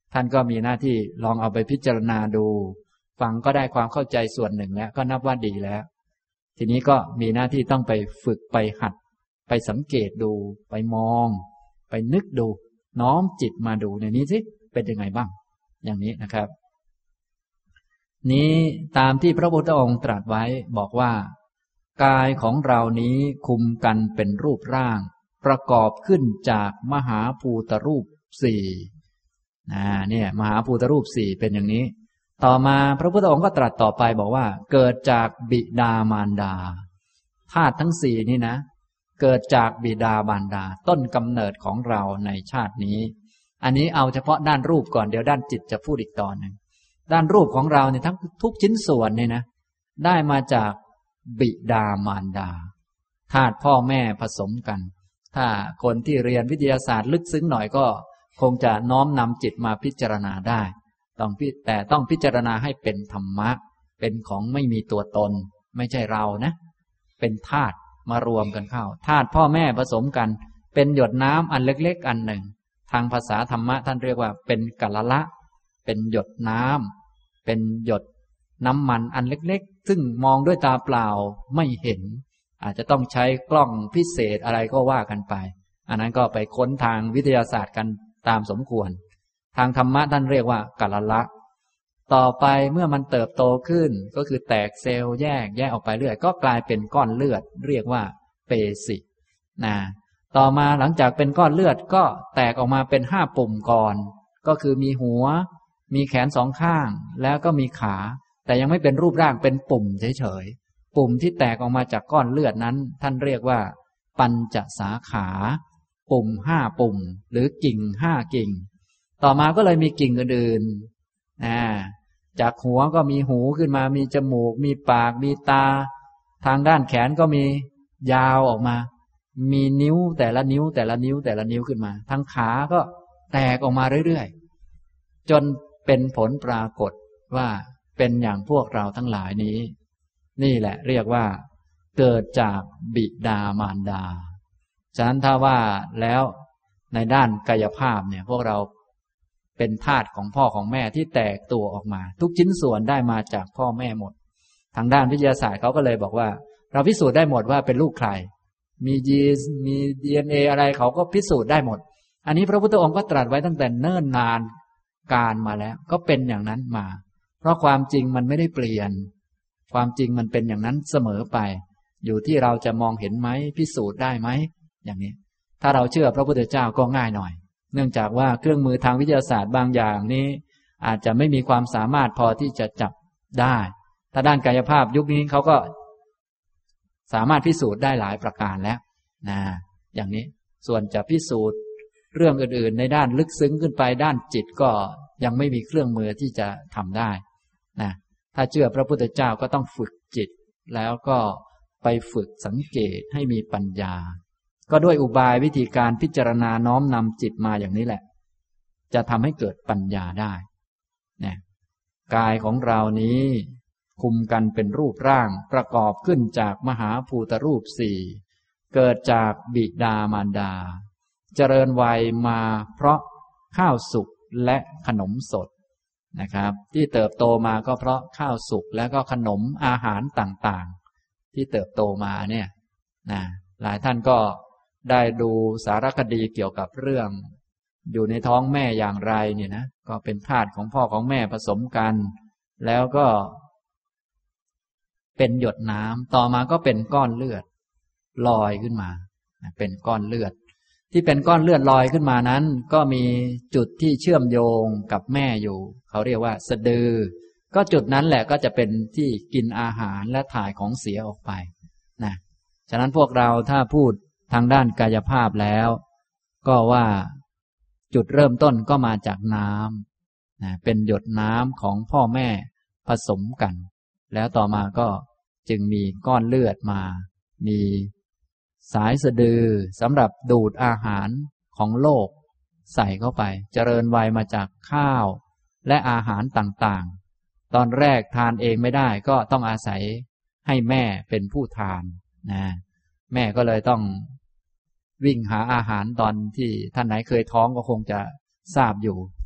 ท่านก็มีหน้าที่ลองเอาไปพิจารณาดูฟังก็ได้ความเข้าใจส่วนหนึ่งแล้วก็นับว่าดีแล้วทีนี้ก็มีหน้าที่ต้องไปฝึกไปหัดไปสังเกตดูไปมองไปนึกดูน้อมจิตมาดูในนี้สิเป็นยังไงบ้างอย่างนี้นะครับนี้ตามที่พระพุทธองค์ตรัสไว้บอกว่ากายของเรานี้คุมกันเป็นรูปร่างประกอบขึ้นจากมหาภูตรูปสี่เนี่ยมหาภูตรูปสี่เป็นอย่างนี้ต่อมาพระพุทธองค์ก็ตรัสต่อไปบอกว่าเกิดจากบิดามารดาธาตุทั้งสี่นี่นะเกิดจากบิดามารดาต้นกำเนิดของเราในชาตินี้อันนี้เอาเฉพาะด้านรูปก่อนเดี๋ยวด้านจิตจะพูดอีกตอนหนึ่งด้านรูปของเราเนี่ยทั้งทุกชิ้นส่วนเนี่ยนะได้มาจากบิดามารดาธาตุพ่อแม่ผสมกันถ้าคนที่เรียนวิทยาศาสตร์ลึกซึ้งหน่อยก็คงจะน้อมนำจิตมาพิจารณาได้แต่ต้องพิจารณาให้เป็นธรรมะเป็นของไม่มีตัวตนไม่ใช่เรานะเป็นธาตุมารวมกันเข้าธาตุพ่อแม่ผสมกันเป็นหยดน้ำอันเล็กๆอันหนึ่งทางภาษาธรรมะท่านเรียกว่าเป็นกัลละเป็นหยดน้ำเป็นหยดน้ำมันอันเล็กๆซึ่งมองด้วยตาเปล่าไม่เห็นอาจจะต้องใช้กล้องพิเศษอะไรก็ว่ากันไปอันนั้นก็ไปค้นทางวิทยาศาสตร์กันตามสมควรทางธรรมะท่านเรียกว่ากัลละต่อไปเมื่อมันเติบโตขึ้นก็คือแตกเซลล์แยกออกไปเรื่อยก็กลายเป็นก้อนเลือดเรียกว่าเปสิต่อมาหลังจากเป็นก้อนเลือดก็แตกออกมาเป็น5ปุ่มก่อนก็คือมีหัวมีแขน2ข้างแล้วก็มีขาแต่ยังไม่เป็นรูปร่างเป็นปุ่มเฉยๆปุ่มที่แตกออกมาจากก้อนเลือดนั้นท่านเรียกว่าปัญจสาขาปุ่ม5ปุ่มหรือกิ่ง5กิ่งต่อมาก็เลยมีกิ่งอื่นๆจากหัวก็มีหูขึ้นมามีจมูกมีปากมีตาทางด้านแขนก็มียาวออกมามีนิ้วแต่ละนิ้วขึ้นมาทางขาก็แตกออกมาเรื่อยๆจนเป็นผลปรากฏว่าเป็นอย่างพวกเราทั้งหลายนี้นี่แหละเรียกว่าเกิดจากบิดามารดาฉะนั้นถ้าว่าแล้วในด้านกายภาพเนี่ยพวกเราเป็นธาตุของพ่อของแม่ที่แตกตัวออกมาทุกชิ้นส่วนได้มาจากพ่อแม่หมดทางด้านวิทยาศาสตร์เขาก็เลยบอกว่าเราพิสูจน์ได้หมดว่าเป็นลูกใครมียีนมี DNA อะไรเขาก็พิสูจน์ได้หมดอันนี้พระพุทธองค์ก็ตรัสไว้ตั้งแต่เนิ่นนานการมาแล้วก็เป็นอย่างนั้นมาเพราะความจริงมันไม่ได้เปลี่ยนความจริงมันเป็นอย่างนั้นเสมอไปอยู่ที่เราจะมองเห็นไหมพิสูจน์ได้ไหมอย่างนี้ถ้าเราเชื่อพระพุทธเจ้าก็ง่ายหน่อยเนื่องจากว่าเครื่องมือทางวิทยาศาสตร์บางอย่างนี้อาจจะไม่มีความสามารถพอที่จะจับได้ถ้าด้านกายภาพยุคนี้เขาก็สามารถพิสูจน์ได้หลายประการแล้วอย่างนี้ส่วนจะพิสูจน์เรื่องอื่นๆในด้านลึกซึ้งขึ้นไปด้านจิตก็ยังไม่มีเครื่องมือที่จะทำได้ถ้าเชื่อพระพุทธเจ้าก็ต้องฝึกจิตแล้วก็ไปฝึกสังเกตให้มีปัญญาก็ด้วยอุบายวิธีการพิจารณาน้อมนำจิตมาอย่างนี้แหละจะทำให้เกิดปัญญาได้กายของเรานี้คุมกันเป็นรูปร่างประกอบขึ้นจากมหาภูตรูปสี่เกิดจากบิดามารดาเจริญวัยมาเพราะข้าวสุกและขนมสดนะครับที่เติบโตมาก็เพราะข้าวสุกและก็ขนมอาหารต่างๆที่เติบโตมาเนี่ยหลายท่านก็ได้ดูสารคดีเกี่ยวกับเรื่องอยู่ในท้องแม่อย่างไรเนี่ยนะก็เป็นธาตุของพ่อของแม่ผสมกันแล้วก็เป็นหยดน้ำต่อมาก็เป็นก้อนเลือดลอยขึ้นมาเป็นก้อนเลือดที่เป็นก้อนเลือดลอยขึ้นมานั้นก็มีจุดที่เชื่อมโยงกับแม่อยู่เขาเรียกว่าสะดือก็จุดนั้นแหละก็จะเป็นที่กินอาหารและถ่ายของเสียออกไปฉะนั้นพวกเราถ้าพูดทางด้านกายภาพแล้วก็ว่าจุดเริ่มต้นก็มาจากน้ำเป็นหยดน้ำของพ่อแม่ผสมกันแล้วต่อมาก็จึงมีก้อนเลือดมามีสายสะดือสำหรับดูดอาหารของโลกใส่เข้าไปเจริญวัยมาจากข้าวและอาหารต่างๆตอนแรกทานเองไม่ได้ก็ต้องอาศัยให้แม่เป็นผู้ทานแม่ก็เลยต้องวิ่งหาอาหารตอนที่ท่านไหนเคยท้องก็คงจะทราบอยู่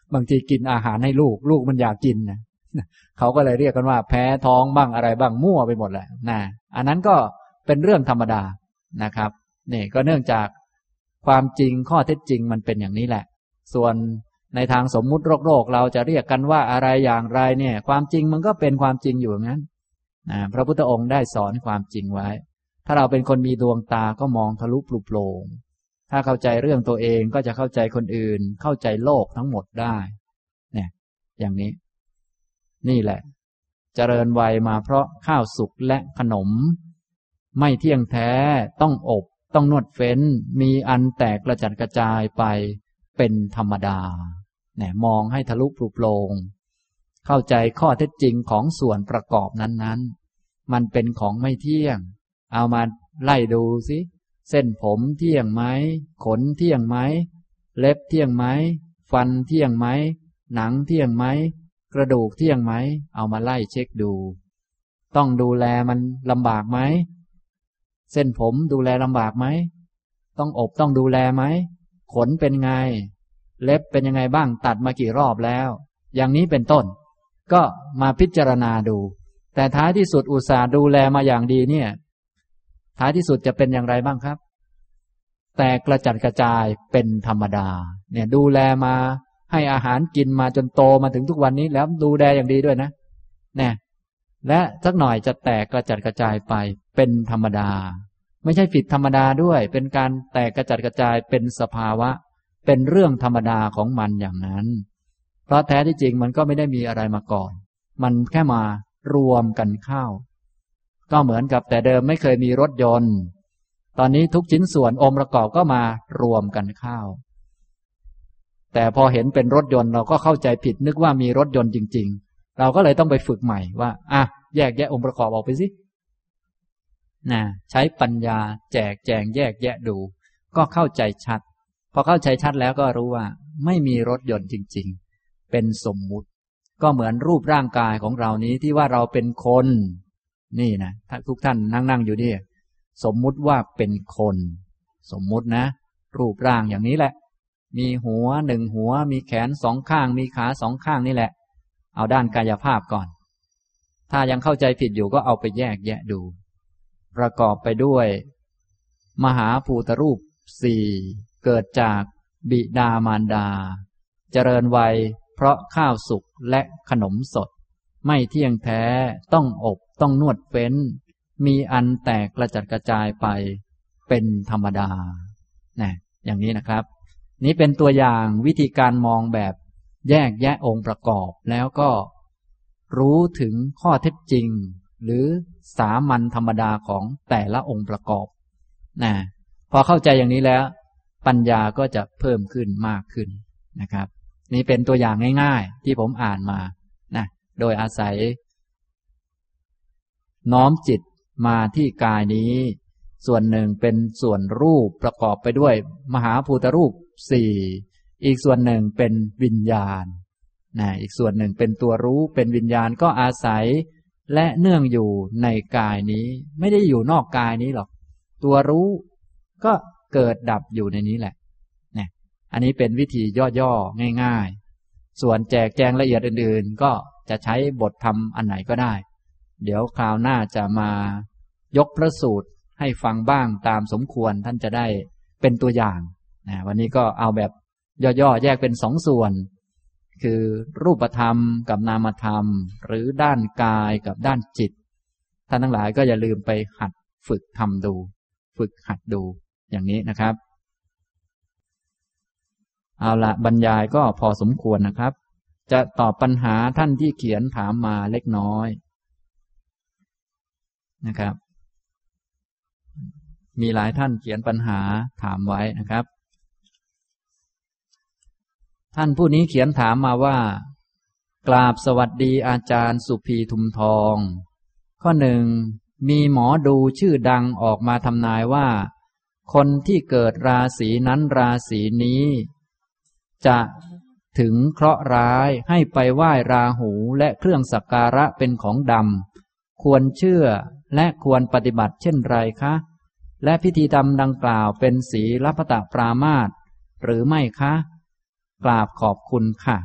บางทีกินอาหารให้ลูกมันอยากกินนะเขาก็เลยเรียกกันว่าแพ้ท้องบ้างอะไรบ้างมั่วไปหมดแหละนะอันนั้นก็เป็นเรื่องธรรมดานะครับนี่ก็เนื่องจากความจริงข้อเท็จจริงมันเป็นอย่างนี้แหละส่วนในทางสมมุติโลกเราจะเรียกกันว่าอะไรอย่างไรเนี่ยความจริงมันก็เป็นความจริงอยู่อย่างนั้นพระพุทธองค์ได้สอนความจริงไว้ถ้าเราเป็นคนมีดวงตาก็มองทะลุปลุกโปร่งถ้าเข้าใจเรื่องตัวเองก็จะเข้าใจคนอื่นเข้าใจโลกทั้งหมดได้เนี่ยอย่างนี้นี่แหละเจริญวัยมาเพราะข้าวสุกและขนมไม่เที่ยงแท้ต้องอบต้องนวดเฟ้นมีอันแตกกระจัดกระจายไปเป็นธรรมดาเนี่ยมองให้ทะลุปลุกโปร่งเข้าใจข้อเท็จจริงของส่วนประกอบนั้นๆมันเป็นของไม่เที่ยงเอามาไล่ดูสิเส้นผมเที่ยงไหมขนเที่ยงไหมเล็บเที่ยงไหมฟันเที่ยงไหมหนังเที่ยงไหมกระดูกเที่ยงไหมเอามาไล่เช็คดูต้องดูแลมันลำบากไหมเส้นผมดูแลลำบากไหมต้องอบต้องดูแลไหมขนเป็นไงเล็บเป็นยังไงบ้างตัดมากี่รอบแล้วอย่างนี้เป็นต้นก็มาพิจารณาดูแต่ท้ายที่สุดอุตส่าห์ดูแลมาอย่างดีเนี่ยท้ายที่สุดจะเป็นอย่างไรบ้างครับแต่กระจัดกระจายเป็นธรรมดาเนี่ยดูแลมาให้อาหารกินมาจนโตมาถึงทุกวันนี้แล้วดูแลอย่างดีด้วยนะเนี่ยและสักหน่อยจะแตกกระจัดกระจายไปเป็นธรรมดาไม่ใช่ผิดธรรมดาด้วยเป็นการแตกกระจัดกระจายเป็นสภาวะเป็นเรื่องธรรมดาของมันอย่างนั้นเพราะแท้ที่จริงมันก็ไม่ได้มีอะไรมาก่อนมันแค่มารวมกันเข้าก็เหมือนกับแต่เดิมไม่เคยมีรถยนต์ตอนนี้ทุกชิ้นส่วนองค์ประกอบก็มารวมกันเข้าแต่พอเห็นเป็นรถยนต์เราก็เข้าใจผิดนึกว่ามีรถยนต์จริงๆเราก็เลยต้องไปฝึกใหม่ว่าแยกแยะองค์ประกอบออกไปสิใช้ปัญญาแจกแจงแยกแยะดูก็เข้าใจชัดพอเข้าใจชัดแล้วก็รู้ว่าไม่มีรถยนต์จริงๆเป็นสมมุติก็เหมือนรูปร่างกายของเรานี้ที่ว่าเราเป็นคนนี่นะทุกท่านนั่งอยู่นี่สมมุติว่าเป็นคนสมมุตินะรูปร่างอย่างนี้แหละมีหัวหนึ่งหัวมีแขนสองข้างมีขาสองข้างนี่แหละเอาด้านกายภาพก่อนถ้ายังเข้าใจผิดอยู่ก็เอาไปแยกแยะดูประกอบไปด้วยมหาภูตรูปสี่เกิดจากบิดามารดาเจริญวัยเพราะข้าวสุกและขนมสดไม่เที่ยงแท้ต้องอบต้องนวดเฟ้นมีอันแตกกระจัดกระจายไปเป็นธรรมดาอย่างนี้นะครับนี้เป็นตัวอย่างวิธีการมองแบบแยกแยะองค์ประกอบแล้วก็รู้ถึงข้อเท็จจริงหรือสามัญธรรมดาของแต่ละองค์ประกอบพอเข้าใจอย่างนี้แล้วปัญญาก็จะเพิ่มขึ้นมากขึ้นนะครับนี่เป็นตัวอย่างง่ายๆที่ผมอ่านมาโดยอาศัยน้อมจิตมาที่กายนี้ส่วนหนึ่งเป็นส่วนรูปประกอบไปด้วยมหาภูตรูปสี่อีกส่วนหนึ่งเป็นวิญญาณอีกส่วนหนึ่งเป็นตัวรู้เป็นวิญญาณก็อาศัยและเนื่องอยู่ในกายนี้ไม่ได้อยู่นอกกายนี้หรอกตัวรู้ก็เกิดดับอยู่ในนี้แหละอันนี้เป็นวิธีย่อๆง่ายๆส่วนแจกแจงละเอียดอื่นๆก็จะใช้บทธรรมอันไหนก็ได้เดี๋ยวคราวหน้าจะมายกพระสูตรให้ฟังบ้างตามสมควรท่านจะได้เป็นตัวอย่างวันนี้ก็เอาแบบย่อๆแยกเป็นสองส่วนคือรูปธรรมกับนามธรรมหรือด้านกายกับด้านจิตท่านทั้งหลายก็อย่าลืมไปหัดฝึกทำดูฝึกหัดดูอย่างนี้นะครับเอาละบรรยายก็พอสมควรนะครับจะตอบปัญหาท่านที่เขียนถามมาเล็กน้อยนะครับมีหลายท่านเขียนปัญหาถามไว้นะครับท่านผู้นี้เขียนถามมาว่ากราบสวัสดีอาจารย์สุภีทุมทองข้อหนึ่งมีหมอดูชื่อดังออกมาทำนายว่าคนที่เกิดราศีนั้นราศีนี้จะถึงเคราะห์ร้ายให้ไปไหว้ราหูและเครื่องสักการะเป็นของดำควรเชื่อและควรปฏิบัติเช่นไรคะและพิธีกรรมดังกล่าวเป็นศีลปตปรามาสหรือไม่คะกราบขอบคุณค่ะ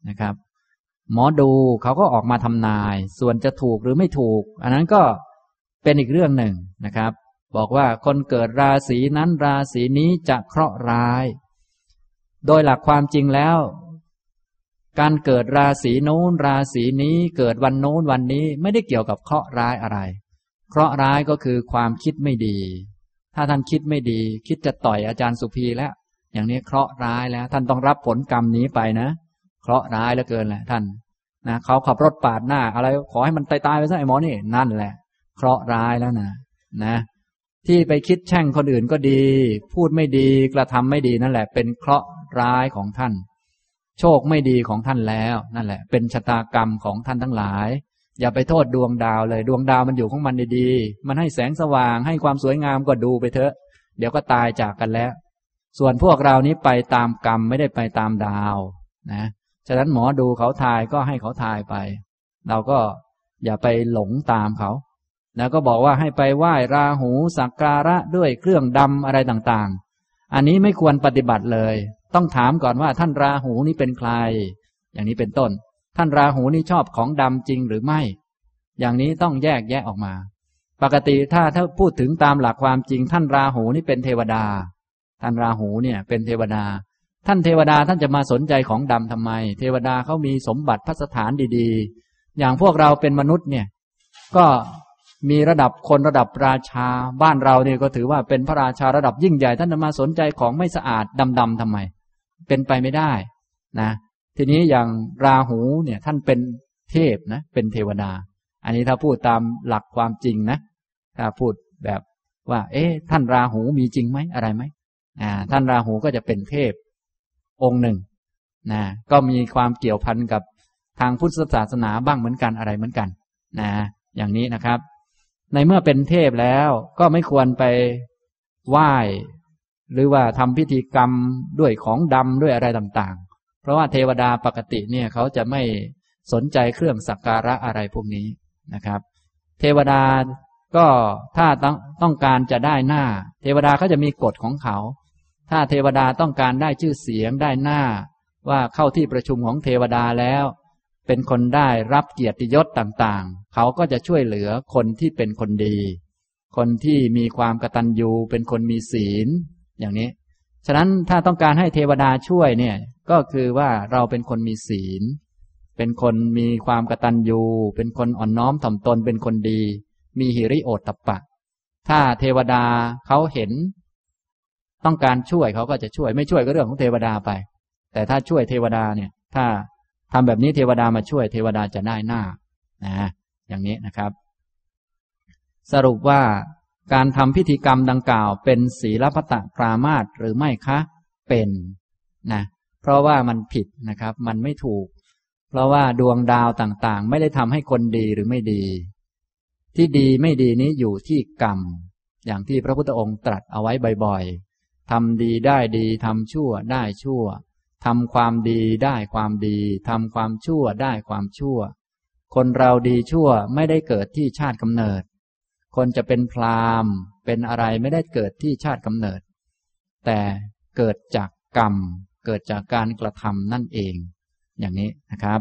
นะครับหมอดูเขาก็ออกมาทำนายส่วนจะถูกหรือไม่ถูกอันนั้นก็เป็นอีกเรื่องหนึ่งนะครับบอกว่าคนเกิดราศีนั้นราศีนี้จะเคราะห์ร้ายโดยหลักความจริงแล้วการเกิดราศีโน้นราศีนี้เกิดวันโน้นวันนี้ไม่ได้เกี่ยวกับเคราะห์ร้ายอะไรเคราะห์ร้ายก็คือความคิดไม่ดีถ้าท่านคิดไม่ดีคิดจะต่อยอาจารย์สุภีแล้วอย่างนี้เคราะห์ร้ายแล้วท่านต้องรับผลกรรมนี้ไปนะเคราะห์ร้ายเหลือเกินแหละท่านนะเขาขับรถปาดหน้าอะไรขอให้มันตายไปซะไอ้หมอนี่นั่นแหละเคราะห์ร้ายแล้วนะที่ไปคิดแช่งคนอื่นก็ดีพูดไม่ดีกระทำไม่ดีนั่นแหละเป็นเคราะห์ร้ายของท่านโชคไม่ดีของท่านแล้วนั่นแหละเป็นชะตากรรมของท่านทั้งหลายอย่าไปโทษดวงดาวเลยดวงดาวมันอยู่ของมันดีๆมันให้แสงสว่างให้ความสวยงามก็ดูไปเถอะเดี๋ยวก็ตายจากกันแล้วส่วนพวกเรานี้ไปตามกรรมไม่ได้ไปตามดาวนะฉะนั้นหมอดูเขาทายก็ให้เขาทายไปเราก็อย่าไปหลงตามเขาแล้วก็บอกว่าให้ไปไหว้ราหูสักการะด้วยเครื่องดำอะไรต่างๆอันนี้ไม่ควรปฏิบัติเลยต้องถามก่อนว่าท่านราหูนี้เป็นใครอย่างนี้เป็นต้นท่านราหูนี่ชอบของดำจริงหรือไม่อย่างนี้ต้องแยกแยะออกมาปกติถ้าพูดถึงตามหลักความจริงท่านราหูนี่เป็นเทวดาท่านราหูเนี่ยเป็นเทวดาท่านเทวดาท่านจะมาสนใจของดำทำไมเทวดาเขามีสมบัติพัสถานดีๆอย่างพวกเราเป็นมนุษย์เนี่ยก็มีระดับคนระดับราชาบ้านเราเนี่ยก็ถือว่าเป็นพระราชาระดับยิ่งใหญ่ท่านจะมาสนใจของไม่สะอาดดำๆทำไมเป็นไปไม่ได้นะทีนี้อย่างราหูเนี่ยท่านเป็นเทพนะเป็นเทวดาอันนี้ถ้าพูดตามหลักความจริงนะถ้าพูดแบบว่าท่านราหูมีจริงไหมอะไรไหมท่านราหูก็จะเป็นเทพองค์หนึ่งนะก็มีความเกี่ยวพันกับทางพุทธศาสนาบ้างเหมือนกันอะไรเหมือนกันนะอย่างนี้นะครับในเมื่อเป็นเทพแล้วก็ไม่ควรไปไหว้หรือว่าทำพิธีกรรมด้วยของดำด้วยอะไรต่างๆเพราะว่าเทวดาปกติเนี่ยเขาจะไม่สนใจเครื่องสักการะอะไรพวกนี้นะครับเทวดาก็ถ้าต้องการจะได้หน้าเทวดาเขาจะมีกฎของเขาถ้าเทวดาต้องการได้ชื่อเสียงได้หน้าว่าเข้าที่ประชุมของเทวดาแล้วเป็นคนได้รับเกียรติยศต่างๆเขาก็จะช่วยเหลือคนที่เป็นคนดีคนที่มีความกตัญญูเป็นคนมีศีลอย่างนี้ฉะนั้นถ้าต้องการให้เทวดาช่วยเนี่ยก็คือว่าเราเป็นคนมีศีลเป็นคนมีความกตัญญูเป็นคนอ่อนน้อมถ่อมตนเป็นคนดีมีหิริโอตตัปปะถ้าเทวดาเขาเห็นต้องการช่วยเขาก็จะช่วยไม่ช่วยก็เรื่องของเทวดาไปแต่ถ้าช่วยเทวดาเนี่ยถ้าทำแบบนี้เทวดามาช่วยเทวดาจะได้หน้าอย่างนี้นะครับสรุปว่าการทำพิธีกรรมดังกล่าวเป็นศีลพัตตปรามาสหรือไม่คะเป็นนะเพราะว่ามันผิดนะครับมันไม่ถูกเพราะว่าดวงดาวต่างๆไม่ได้ทำให้คนดีหรือไม่ดีที่ดีไม่ดีนี้อยู่ที่กรรมอย่างที่พระพุทธองค์ตรัสเอาไว้บ่อยๆทำดีได้ดีทำชั่วได้ชั่วทำความดีได้ความดีทำความชั่วได้ความชั่วคนเราดีชั่วไม่ได้เกิดที่ชาติกำเนิดคนจะเป็นพราหมณ์เป็นอะไรไม่ได้เกิดที่ชาติกำเนิดแต่เกิดจากกรรมเกิดจากการกระทำนั่นเองอย่างนี้นะครับ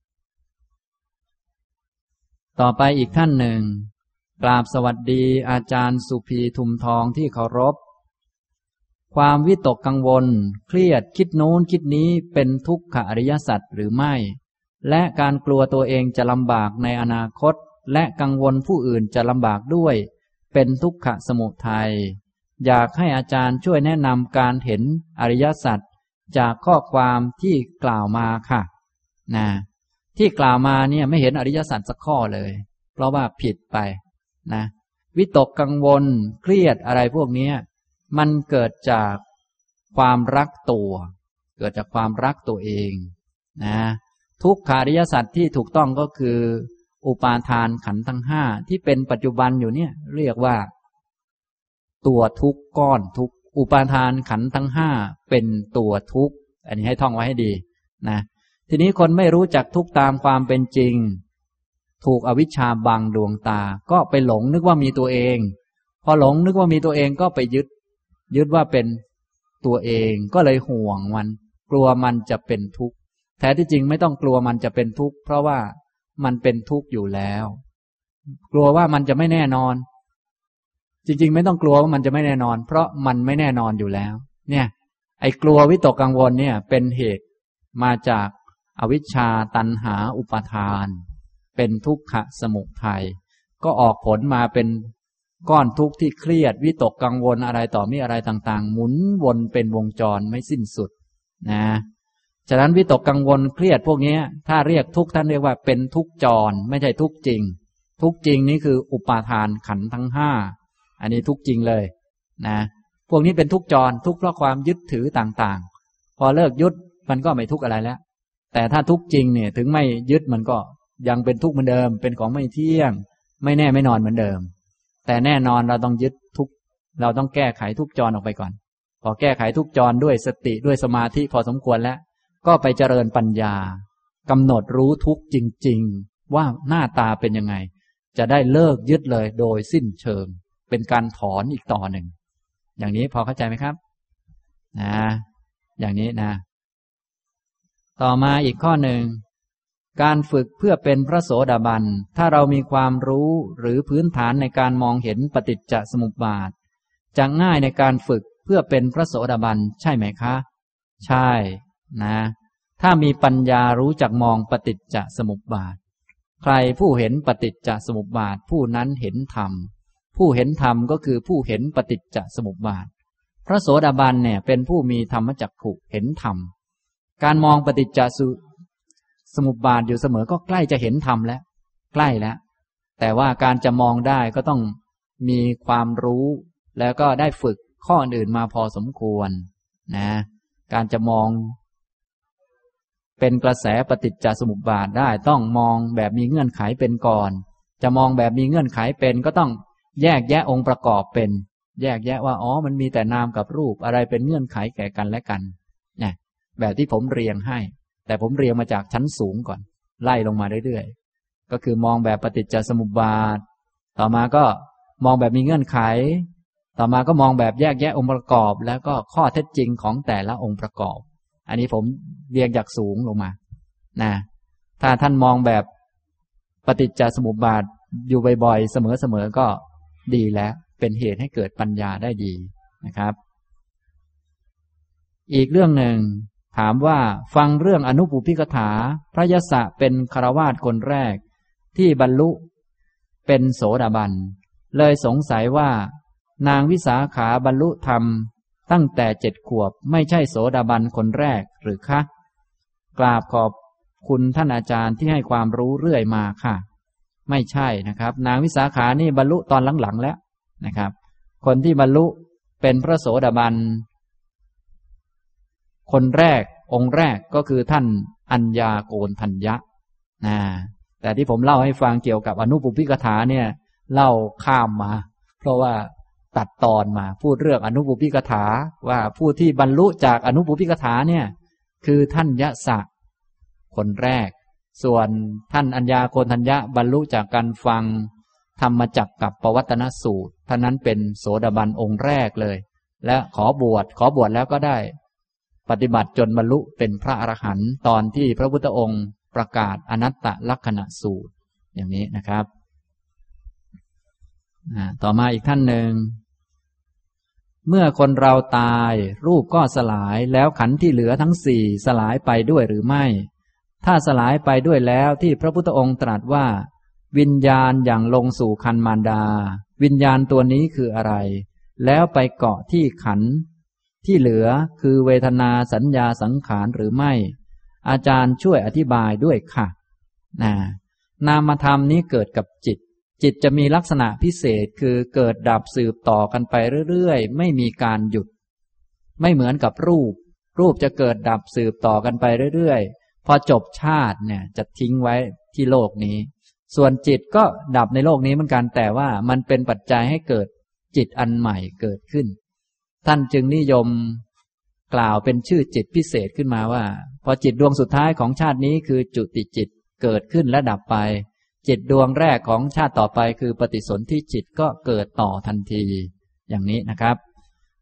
ต่อไปอีกท่านหนึ่งกราบสวัสดีอาจารย์สุภีทุมทองที่เคารพความวิตกกังวลเครียดคิดโน้นคิดนี้เป็นทุกขอริยสัจหรือไม่และการกลัวตัวเองจะลำบากในอนาคตและกังวลผู้อื่นจะลำบากด้วยเป็นทุกขสมุทัยอยากให้อาจารย์ช่วยแนะนำการเห็นอริยสัจจากข้อความที่กล่าวมาค่ะที่กล่าวมาเนี่ยไม่เห็นอริยสัจสักข้อเลยเพราะว่าผิดไปนะวิตกกังวลเครียดอะไรพวกนี้มันเกิดจากความรักตัวเกิดจากความรักตัวเองนะทุกขาริยสัจที่ถูกต้องก็คืออุปาทานขันธ์ทั้งห้าที่เป็นปัจจุบันอยู่เนี่ยเรียกว่าตัวทุกข์ก้อนทุกข์อุปาทานขันธ์ทั้งห้าเป็นตัวทุกข์อันนี้ให้ท่องไว้ให้ดีนะทีนี้คนไม่รู้จักทุกข์ตามความเป็นจริงถูกอวิชชาบังดวงตาก็ไปหลงนึกว่ามีตัวเองพอหลงนึกว่ามีตัวเองก็ไปยึดว่าเป็นตัวเองก็เลยห่วงมันกลัวมันจะเป็นทุกข์แท้ที่จริงไม่ต้องกลัวมันจะเป็นทุกข์เพราะว่ามันเป็นทุกข์อยู่แล้วกลัวว่ามันจะไม่แน่นอนจริงๆไม่ต้องกลัวว่ามันจะไม่แน่นอนเพราะมันไม่แน่นอนอยู่แล้วเนี่ยไอ้กลัววิตกกังวลเนี่ยเป็นเหตุมาจากอวิชชาตัณหาอุปาทานเป็นทุกขสมุทัยก็ออกผลมาเป็นก้อนทุกข์ที่เครียดวิตกกังวลอะไรต่อมีอะไรต่างๆหมุนวนเป็นวงจรไม่สิ้นสุดนะฉะนั้นวิตกกังวลเครียดพวกนี้ถ้าเรียกทุกข์ท่านเรียกว่าเป็นทุกข์จรไม่ใช่ทุกข์จริงทุกข์จริงนี่คืออุปาทานขันธ์ทั้งห้าอันนี้ทุกข์จริงเลยนะพวกนี้เป็นทุกข์จรทุกข์เพราะความยึดถือต่างๆพอเลิกยึดมันก็ไม่ทุกข์อะไรแล้วแต่ถ้าทุกข์จริงเนี่ยถึงไม่ยึดมันก็ยังเป็นทุกข์เหมือนเดิมเป็นของไม่เที่ยงไม่แน่ไม่นอนเหมือนเดิมแต่แน่นอนเราต้องยึดทุกข์เราต้องแก้ไขทุกข์จรออกไปก่อนพอแก้ไขทุกข์จรด้วยสติด้วยสมาธิพอสมควรแล้วก็ไปเจริญปัญญากำหนดรู้ทุกข์จริงๆว่าหน้าตาเป็นยังไงจะได้เลิกยึดเลยโดยสิ้นเชิงเป็นการถอนอีกต่อหนึ่งอย่างนี้พอเข้าใจไหมครับนะอย่างนี้นะต่อมาอีกข้อหนึ่งการฝึกเพื่อเป็นพระโสดาบันถ้าเรามีความรู้หรือพื้นฐานในการมองเห็นปฏิจจสมุปบาทจะง่ายในการฝึกเพื่อเป็นพระโสดาบันใช่ไหมคะใช่นะถ้ามีปัญญารู้จักมองปฏิจจสมุปบาทใครผู้เห็นปฏิจจสมุปบาทผู้นั้นเห็นธรรมผู้เห็นธรรมก็คือผู้เห็นปฏิจจสมุปบาทพระโสดาบันเนี่ยเป็นผู้มีธรรมจักขุเห็นธรรมการมองปฏิจจสมุปบาทอยู่เสมอก็ใกล้จะเห็นธรรมแล้วใกล้แล้วแต่ว่าการจะมองได้ก็ต้องมีความรู้แล้วก็ได้ฝึกข้ออื่นมาพอสมควรนะการจะมองเป็นกระแสปฏิจจสมุปบาทได้ต้องมองแบบมีเงื่อนไขเป็นก่อนจะมองแบบมีเงื่อนไขเป็นก็ต้องแยกแยะองค์ประกอบเป็นแยกแยะว่าอ๋อมันมีแต่นามกับรูปอะไรเป็นเงื่อนไขแก่กันและกันเนี่ยแบบที่ผมเรียงให้แต่ผมเรียงมาจากชั้นสูงก่อนไล่ลงมาเรื่อยๆก็คือมองแบบปฏิจจสมุปบาทต่อมาก็มองแบบมีเงื่อนไขต่อมาก็มองแบบแยกแยะองค์ประกอบแล้วก็ข้อเท็จจริงของแต่ละองค์ประกอบอันนี้ผมเรียงจากสูงลงมานะถ้าท่านมองแบบปฏิจจสมุปบาทอยู่บ่อยๆเสมอๆก็ดีแล้วเป็นเหตุให้เกิดปัญญาได้ดีนะครับอีกเรื่องหนึ่งถามว่าฟังเรื่องอนุปุพพิกถาพระยศเป็นฆราวาสคนแรกที่บรรลุเป็นโสดาบันเลยสงสัยว่านางวิสาขาบรรลุธรรมตั้งแต่7 ขวบไม่ใช่โสดาบันคนแรกหรือคะกราบขอบคุณท่านอาจารย์ที่ให้ความรู้เรื่อยมาค่ะไม่ใช่นะครับนางวิสาขานี่บรรลุตอนหลังๆแล้วนะครับคนที่บรรลุเป็นพระโสดาบันคนแรกองค์แรกก็คือท่านอัญญาโกณทัญญะนะแต่ที่ผมเล่าให้ฟังเกี่ยวกับอนุปุพพิกถาเนี่ยเล่าข้ามมาเพราะว่าตัดตอนมาพูดเรื่องอนุปุพพิกถาว่าผู้ที่บรรลุจากอนุปุพพิกถาเนี่ยคือท่านยะสะคนแรกส่วนท่านอัญญาโกณทัญญะบรรลุจากการฟังธรรมจักรกับปวัตตนสูตรท่านนั้นเป็นโสดาบันองค์แรกเลยและขอบวชแล้วก็ได้ปฏิบัติจนบรรลุเป็นพระอรหันต์ตอนที่พระพุทธองค์ประกาศอนัตตลักขณสูตรอย่างนี้นะครับต่อมาอีกท่านหนึ่งเมื่อคนเราตายรูปก็สลายแล้วขันธ์ที่เหลือทั้ง4สลายไปด้วยหรือไม่ถ้าสลายไปด้วยแล้วที่พระพุทธองค์ตรัสว่าวิญญาณอย่างลงสู่ครรภ์มารดาวิญญาณตัวนี้คืออะไรแล้วไปเกาะที่ขันธ์ที่เหลือคือเวทนาสัญญาสังขารหรือไม่อาจารย์ช่วยอธิบายด้วยค่ะนามธรรมนี้เกิดกับจิตจะมีลักษณะพิเศษคือเกิดดับสืบต่อกันไปเรื่อยๆไม่มีการหยุดไม่เหมือนกับรูปจะเกิดดับสืบต่อกันไปเรื่อยๆพอจบชาติเนี่ยจะทิ้งไว้ที่โลกนี้ส่วนจิตก็ดับในโลกนี้เหมือนกันแต่ว่ามันเป็นปัจจัยให้เกิดจิตอันใหม่เกิดขึ้นท่านจึงนิยมกล่าวเป็นชื่อจิตพิเศษขึ้นมาว่าพอจิตดวงสุดท้ายของชาตินี้คือจุติจิตเกิดขึ้นและดับไปจิตดวงแรกของชาติต่อไปคือปฏิสนธิจิตก็เกิดต่อทันทีอย่างนี้นะครับ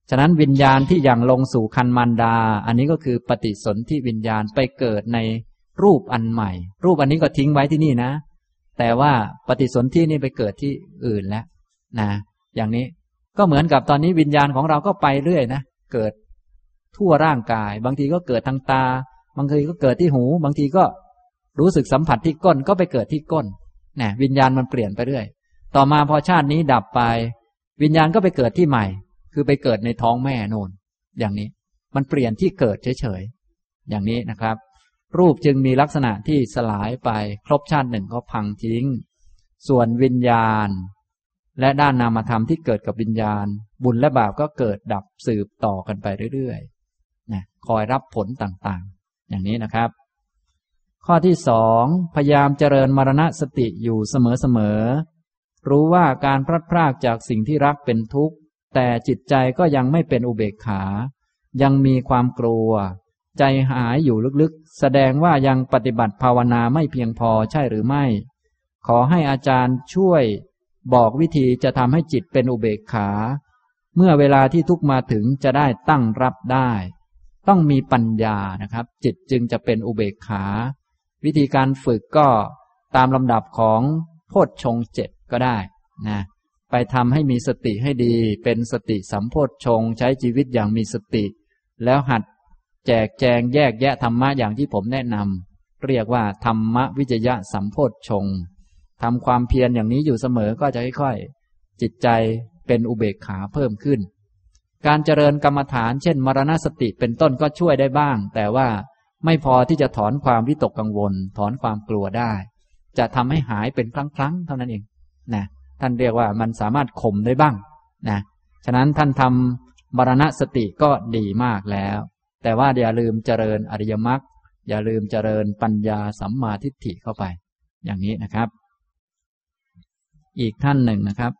ฉะนั้นวิญญาณที่ยังลงสู่คันมารดาอันนี้ก็คือปฏิสนธิวิญญาณไปเกิดในรูปอันใหม่รูปอันนี้ก็ทิ้งไว้ที่นี่นะแต่ว่าปฏิสนธินี่ไปเกิดที่อื่นแล้วนะอย่างนี้ก็เหมือนกับตอนนี้วิญญาณของเราก็ไปเรื่อยนะเกิดทั่วร่างกายบางทีก็เกิดทางตาบางทีก็เกิดที่หูบางทีก็รู้สึกสัมผัสที่ก้นก็ไปเกิดที่ก้นนะวิญญาณมันเปลี่ยนไปเรื่อยต่อมาพอชาตินี้ดับไปวิญญาณก็ไปเกิดที่ใหม่คือไปเกิดในท้องแม่โน่นอย่างนี้มันเปลี่ยนที่เกิดเฉยๆอย่างนี้นะครับรูปจึงมีลักษณะที่สลายไปครบชาติหนึ่งก็พังทิ้งส่วนวิญญาณและด้านนามธรรมที่เกิดกับวิญญาณบุญและบาปก็เกิดดับสืบต่อกันไปเรื่อยๆนะคอยรับผลต่างๆอย่างนี้นะครับข้อที่สองพยายามเจริญมรณสติอยู่เสมอๆรู้ว่าการพลัดพรากจากสิ่งที่รักเป็นทุกข์แต่จิตใจก็ยังไม่เป็นอุเบกขายังมีความกลัวใจหายอยู่ลึกๆแสดงว่ายังปฏิบัติภาวนาไม่เพียงพอใช่หรือไม่ขอให้อาจารย์ช่วยบอกวิธีจะทำให้จิตเป็นอุเบกขาเมื่อเวลาที่ทุกข์มาถึงจะได้ตั้งรับได้ต้องมีปัญญานะครับจิตจึงจะเป็นอุเบกขาวิธีการฝึกก็ตามลำดับของโพชฌงค์ 7ก็ได้นะไปทำให้มีสติให้ดีเป็นสติสัมโพชฌงค์ใช้ชีวิตอย่างมีสติแล้วหัดแจกแจงแยกแยะธรรมะอย่างที่ผมแนะนำเรียกว่าธรรมวิจยะสัมโพชฌงค์ทำความเพียรอย่างนี้อยู่เสมอก็จะค่อยๆจิตใจเป็นอุเบกขาเพิ่มขึ้นการเจริญกรรมฐานเช่นมรณสติเป็นต้นก็ช่วยได้บ้างแต่ว่าไม่พอที่จะถอนความวิตกกังวลถอนความกลัวได้จะทำให้หายเป็นครั้งๆเท่านั้นเองนะท่านเรียกว่ามันสามารถข่มได้บ้างนะฉะนั้นท่านทำมรณสติก็ดีมากแล้วแต่ว่าอย่าลืมเจริญอริยมรรคอย่าลืมเจริญปัญญาสัมมาทิฏฐิเข้าไปอย่างนี้นะครับอีกท่านหนึ่งนะครับ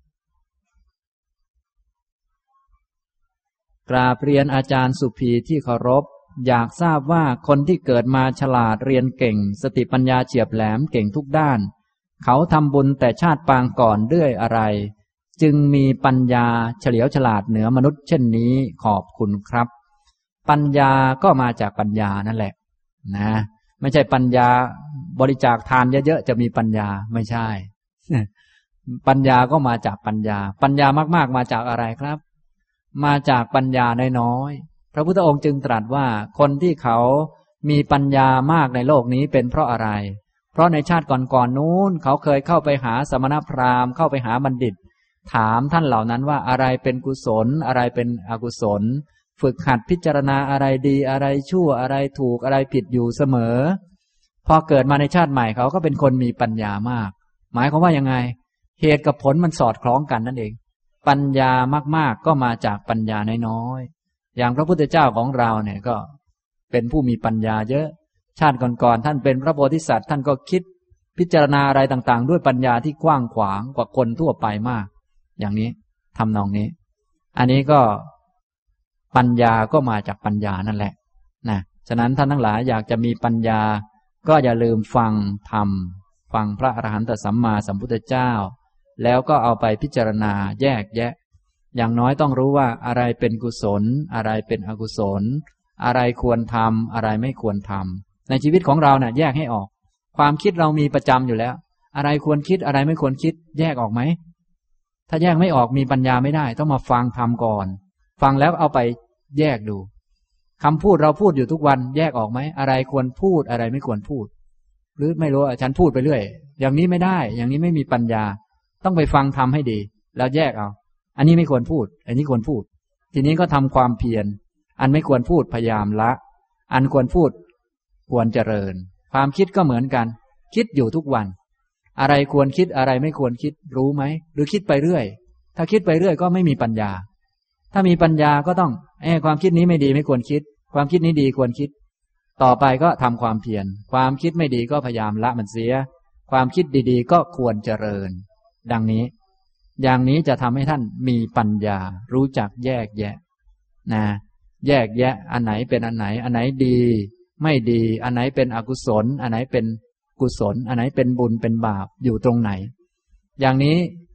กราบเรียนอาจารย์สุภีที่เคารพอยากทราบว่าคนที่เกิดมาฉลาดเรียนเก่งสติปัญญาเฉียบแหลมเก่งทุกด้านเขาทำบุญแต่ชาติปางก่อนด้วยอะไรจึงมีปัญญาเฉลียวฉลาดเหนือมนุษย์เช่นนี้ขอบคุณครับปัญญาก็มาจากปัญญานั่นแหละนะไม่ใช่ปัญญาบริจาคทานเยอะๆจะมีปัญญาไม่ใช่ปัญญาก็มาจากปัญญาปัญญามากๆมาจากอะไรครับมาจากปัญญาน้อยๆพระพุทธองค์จึงตรัสว่าคนที่เขามีปัญญามากในโลกนี้เป็นเพราะอะไรเพราะในชาติก่อนๆนู้นเขาเคยเข้าไปหาสมณพราหมณ์เข้าไปหาบัณฑิตถามท่านเหล่านั้นว่าอะไรเป็นกุศลอะไรเป็นอกุศลฝึกหัดพิจารณาอะไรดีอะไรชั่วอะไรถูกอะไรผิดอยู่เสมอพอเกิดมาในชาติใหม่เขาก็เป็นคนมีปัญญามากหมายความว่ายังไงเหตุกับผลมันสอดคล้องกันนั่นเองปัญญามากๆก็มาจากปัญญาน้อยๆอย่างพระพุทธเจ้าของเราเนี่ยก็เป็นผู้มีปัญญาเยอะชาติก่อนๆท่านเป็นพระโพธิสัตว์ท่านก็คิดพิจารณาอะไรต่างๆด้วยปัญญาที่กว้างขวางกว่าคนทั่วไปมากอย่างนี้ทำนองนี้อันนี้ก็ปัญญาก็มาจากปัญญานั่นแหละนะฉะนั้นท่านทั้งหลายอยากจะมีปัญญาก็อย่าลืมฟังธรรมฟังพระอรหันตสัมมาสัมพุทธเจ้าแล้วก็เอาไปพิจารณาแยกแยะอย่างน้อยต้องรู้ว่าอะไรเป็นกุศลอะไรเป็นอกุศลอะไรควรทำอะไรไม่ควรทำในชีวิตของเราเนี่ยแยกให้ออกความคิดเรามีประจำอยู่แล้วอะไรควรคิดอะไรไม่ควรคิดแยกออกไหมถ้าแยกไม่ออกมีปัญญาไม่ได้ต้องมาฟังธรรมก่อนฟังแล้วเอาไปแยกดูคำพูดเราพูดอยู่ทุกวันแยกออกไหมอะไรควรพูดอะไรไม่ควรพูดหรือไม่รู้ฉันพูดไปเรื่อยอย่างนี้ไม่ได้อย่างนี้ไม่มีปัญญาต้องไปฟังธรรมให้ดีแล้วแยกเอาอันนี้ไม่ควรพูดอันนี้ควรพูดทีนี้ก็ทำความเพียรอันไม่ควรพูดพยายามละอันควรพูดควรเจริญความคิดก็เหมือนกันคิดอยู่ทุกวันอะไรควรคิดอะไรไม่ควรคิดรู้ไหมหรือคิดไปเรื่อยถ้าคิดไปเรื่อยก็ไม่มีปัญญาถ้ามีปัญญาก็ต้องความคิดนี้ไม่ดีไม่ควรคิดความคิดนี้ดีควรคิดต่อไปก็ทำความเพียรความคิดไม่ดีก็พยายามละมันเสียความคิดดีๆก็ควรเจริญดังนี้อย่างนี้จะทำให้ท่านมีปัญญารู้จักแยกแยะนะแยกแยะอันไหนเป็นอันไหนอันไหนดีไม่ดีอันไหนเป็นอกุศลอันไหนเป็นกุศลอันไหนเป็นบุญเป็นบาปอยู่ตรงไหนอย่างนี้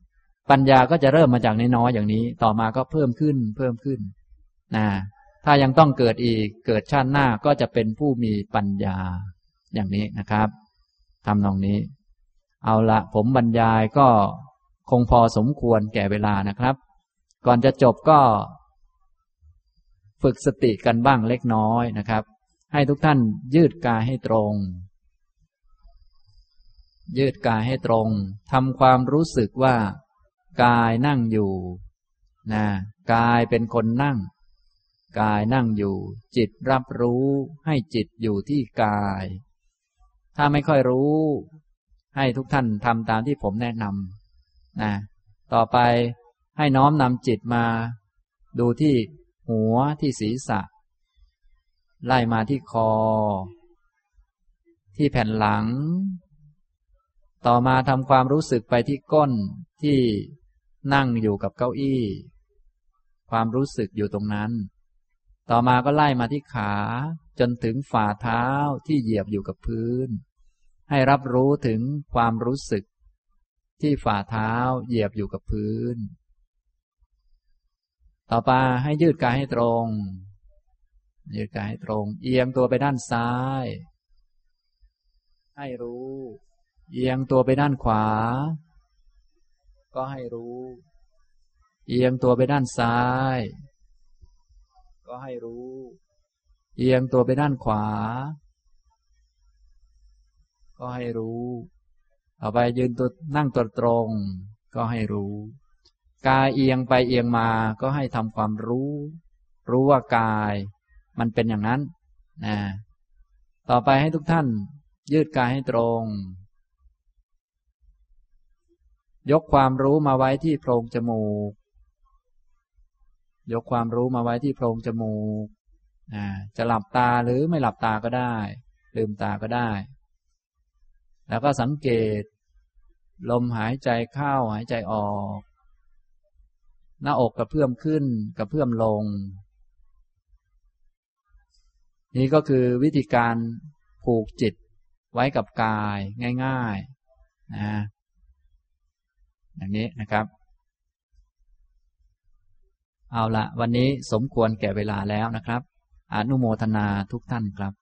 ปัญญาก็จะเริ่มมาจากน้อยๆอย่างนี้ต่อมาก็เพิ่มขึ้นนะถ้ายังต้องเกิดอีกเกิดชาติหน้าก็จะเป็นผู้มีปัญญาอย่างนี้นะครับทำนองนี้เอาละผมบรรยายก็คงพอสมควรแก่เวลานะครับก่อนจะจบก็ฝึกสติกันบ้างเล็กน้อยนะครับให้ทุกท่านยืดกายให้ตรงยืดกายให้ตรงทำความรู้สึกว่ากายนั่งอยู่นะกายเป็นคนนั่งกายนั่งอยู่จิตรับรู้ให้จิตอยู่ที่กายถ้าไม่ค่อยรู้ให้ทุกท่านทำตามที่ผมแนะนำนะต่อไปให้น้อมนำจิตมาดูที่หัวที่ศีรษะไล่มาที่คอที่แผ่นหลังต่อมาทำความรู้สึกไปที่ก้นที่นั่งอยู่กับเก้าอี้ความรู้สึกอยู่ตรงนั้นต่อมาก็ไล่มาที่ขาจนถึงฝ่าเท้าที่เหยียบอยู่กับพื้นให้รับรู้ถึงความรู้สึกที่ฝ่าเท้าเหยียบอยู่กับพื้นต่อไปให้ยืดกายให้ตรงยืดกายให้ตรงเอียงตัวไปด้านซ้ายให้รู้เอียงตัวไปด้านขวาก็ให้รู้เอียงตัวไปด้านซ้ายก็ให้รู้เอียงตัวไปด้านขวาก็ให้รู้ต่อไปยืนตัวนั่งตัวตรงก็ให้รู้กายเอียงไปเอียงมาก็ให้ทำความรู้ว่ากายมันเป็นอย่างนั้นนะต่อไปให้ทุกท่านยืดกายให้ตรงยกความรู้มาไว้ที่โพรงจมูกยกความรู้มาไว้ที่โพรงจมูกจะหลับตาหรือไม่หลับตาก็ได้ลืมตาก็ได้แล้วก็สังเกตลมหายใจเข้าหายใจออกหน้าอกกระเพื่อมขึ้นกระเพื่อมลงนี่ก็คือวิธีการผูกจิตไว้กับกายง่ายๆนะอย่างนี้นะครับเอาละวันนี้สมควรแก่เวลาแล้วนะครับอนุโมทนาทุกท่านครับ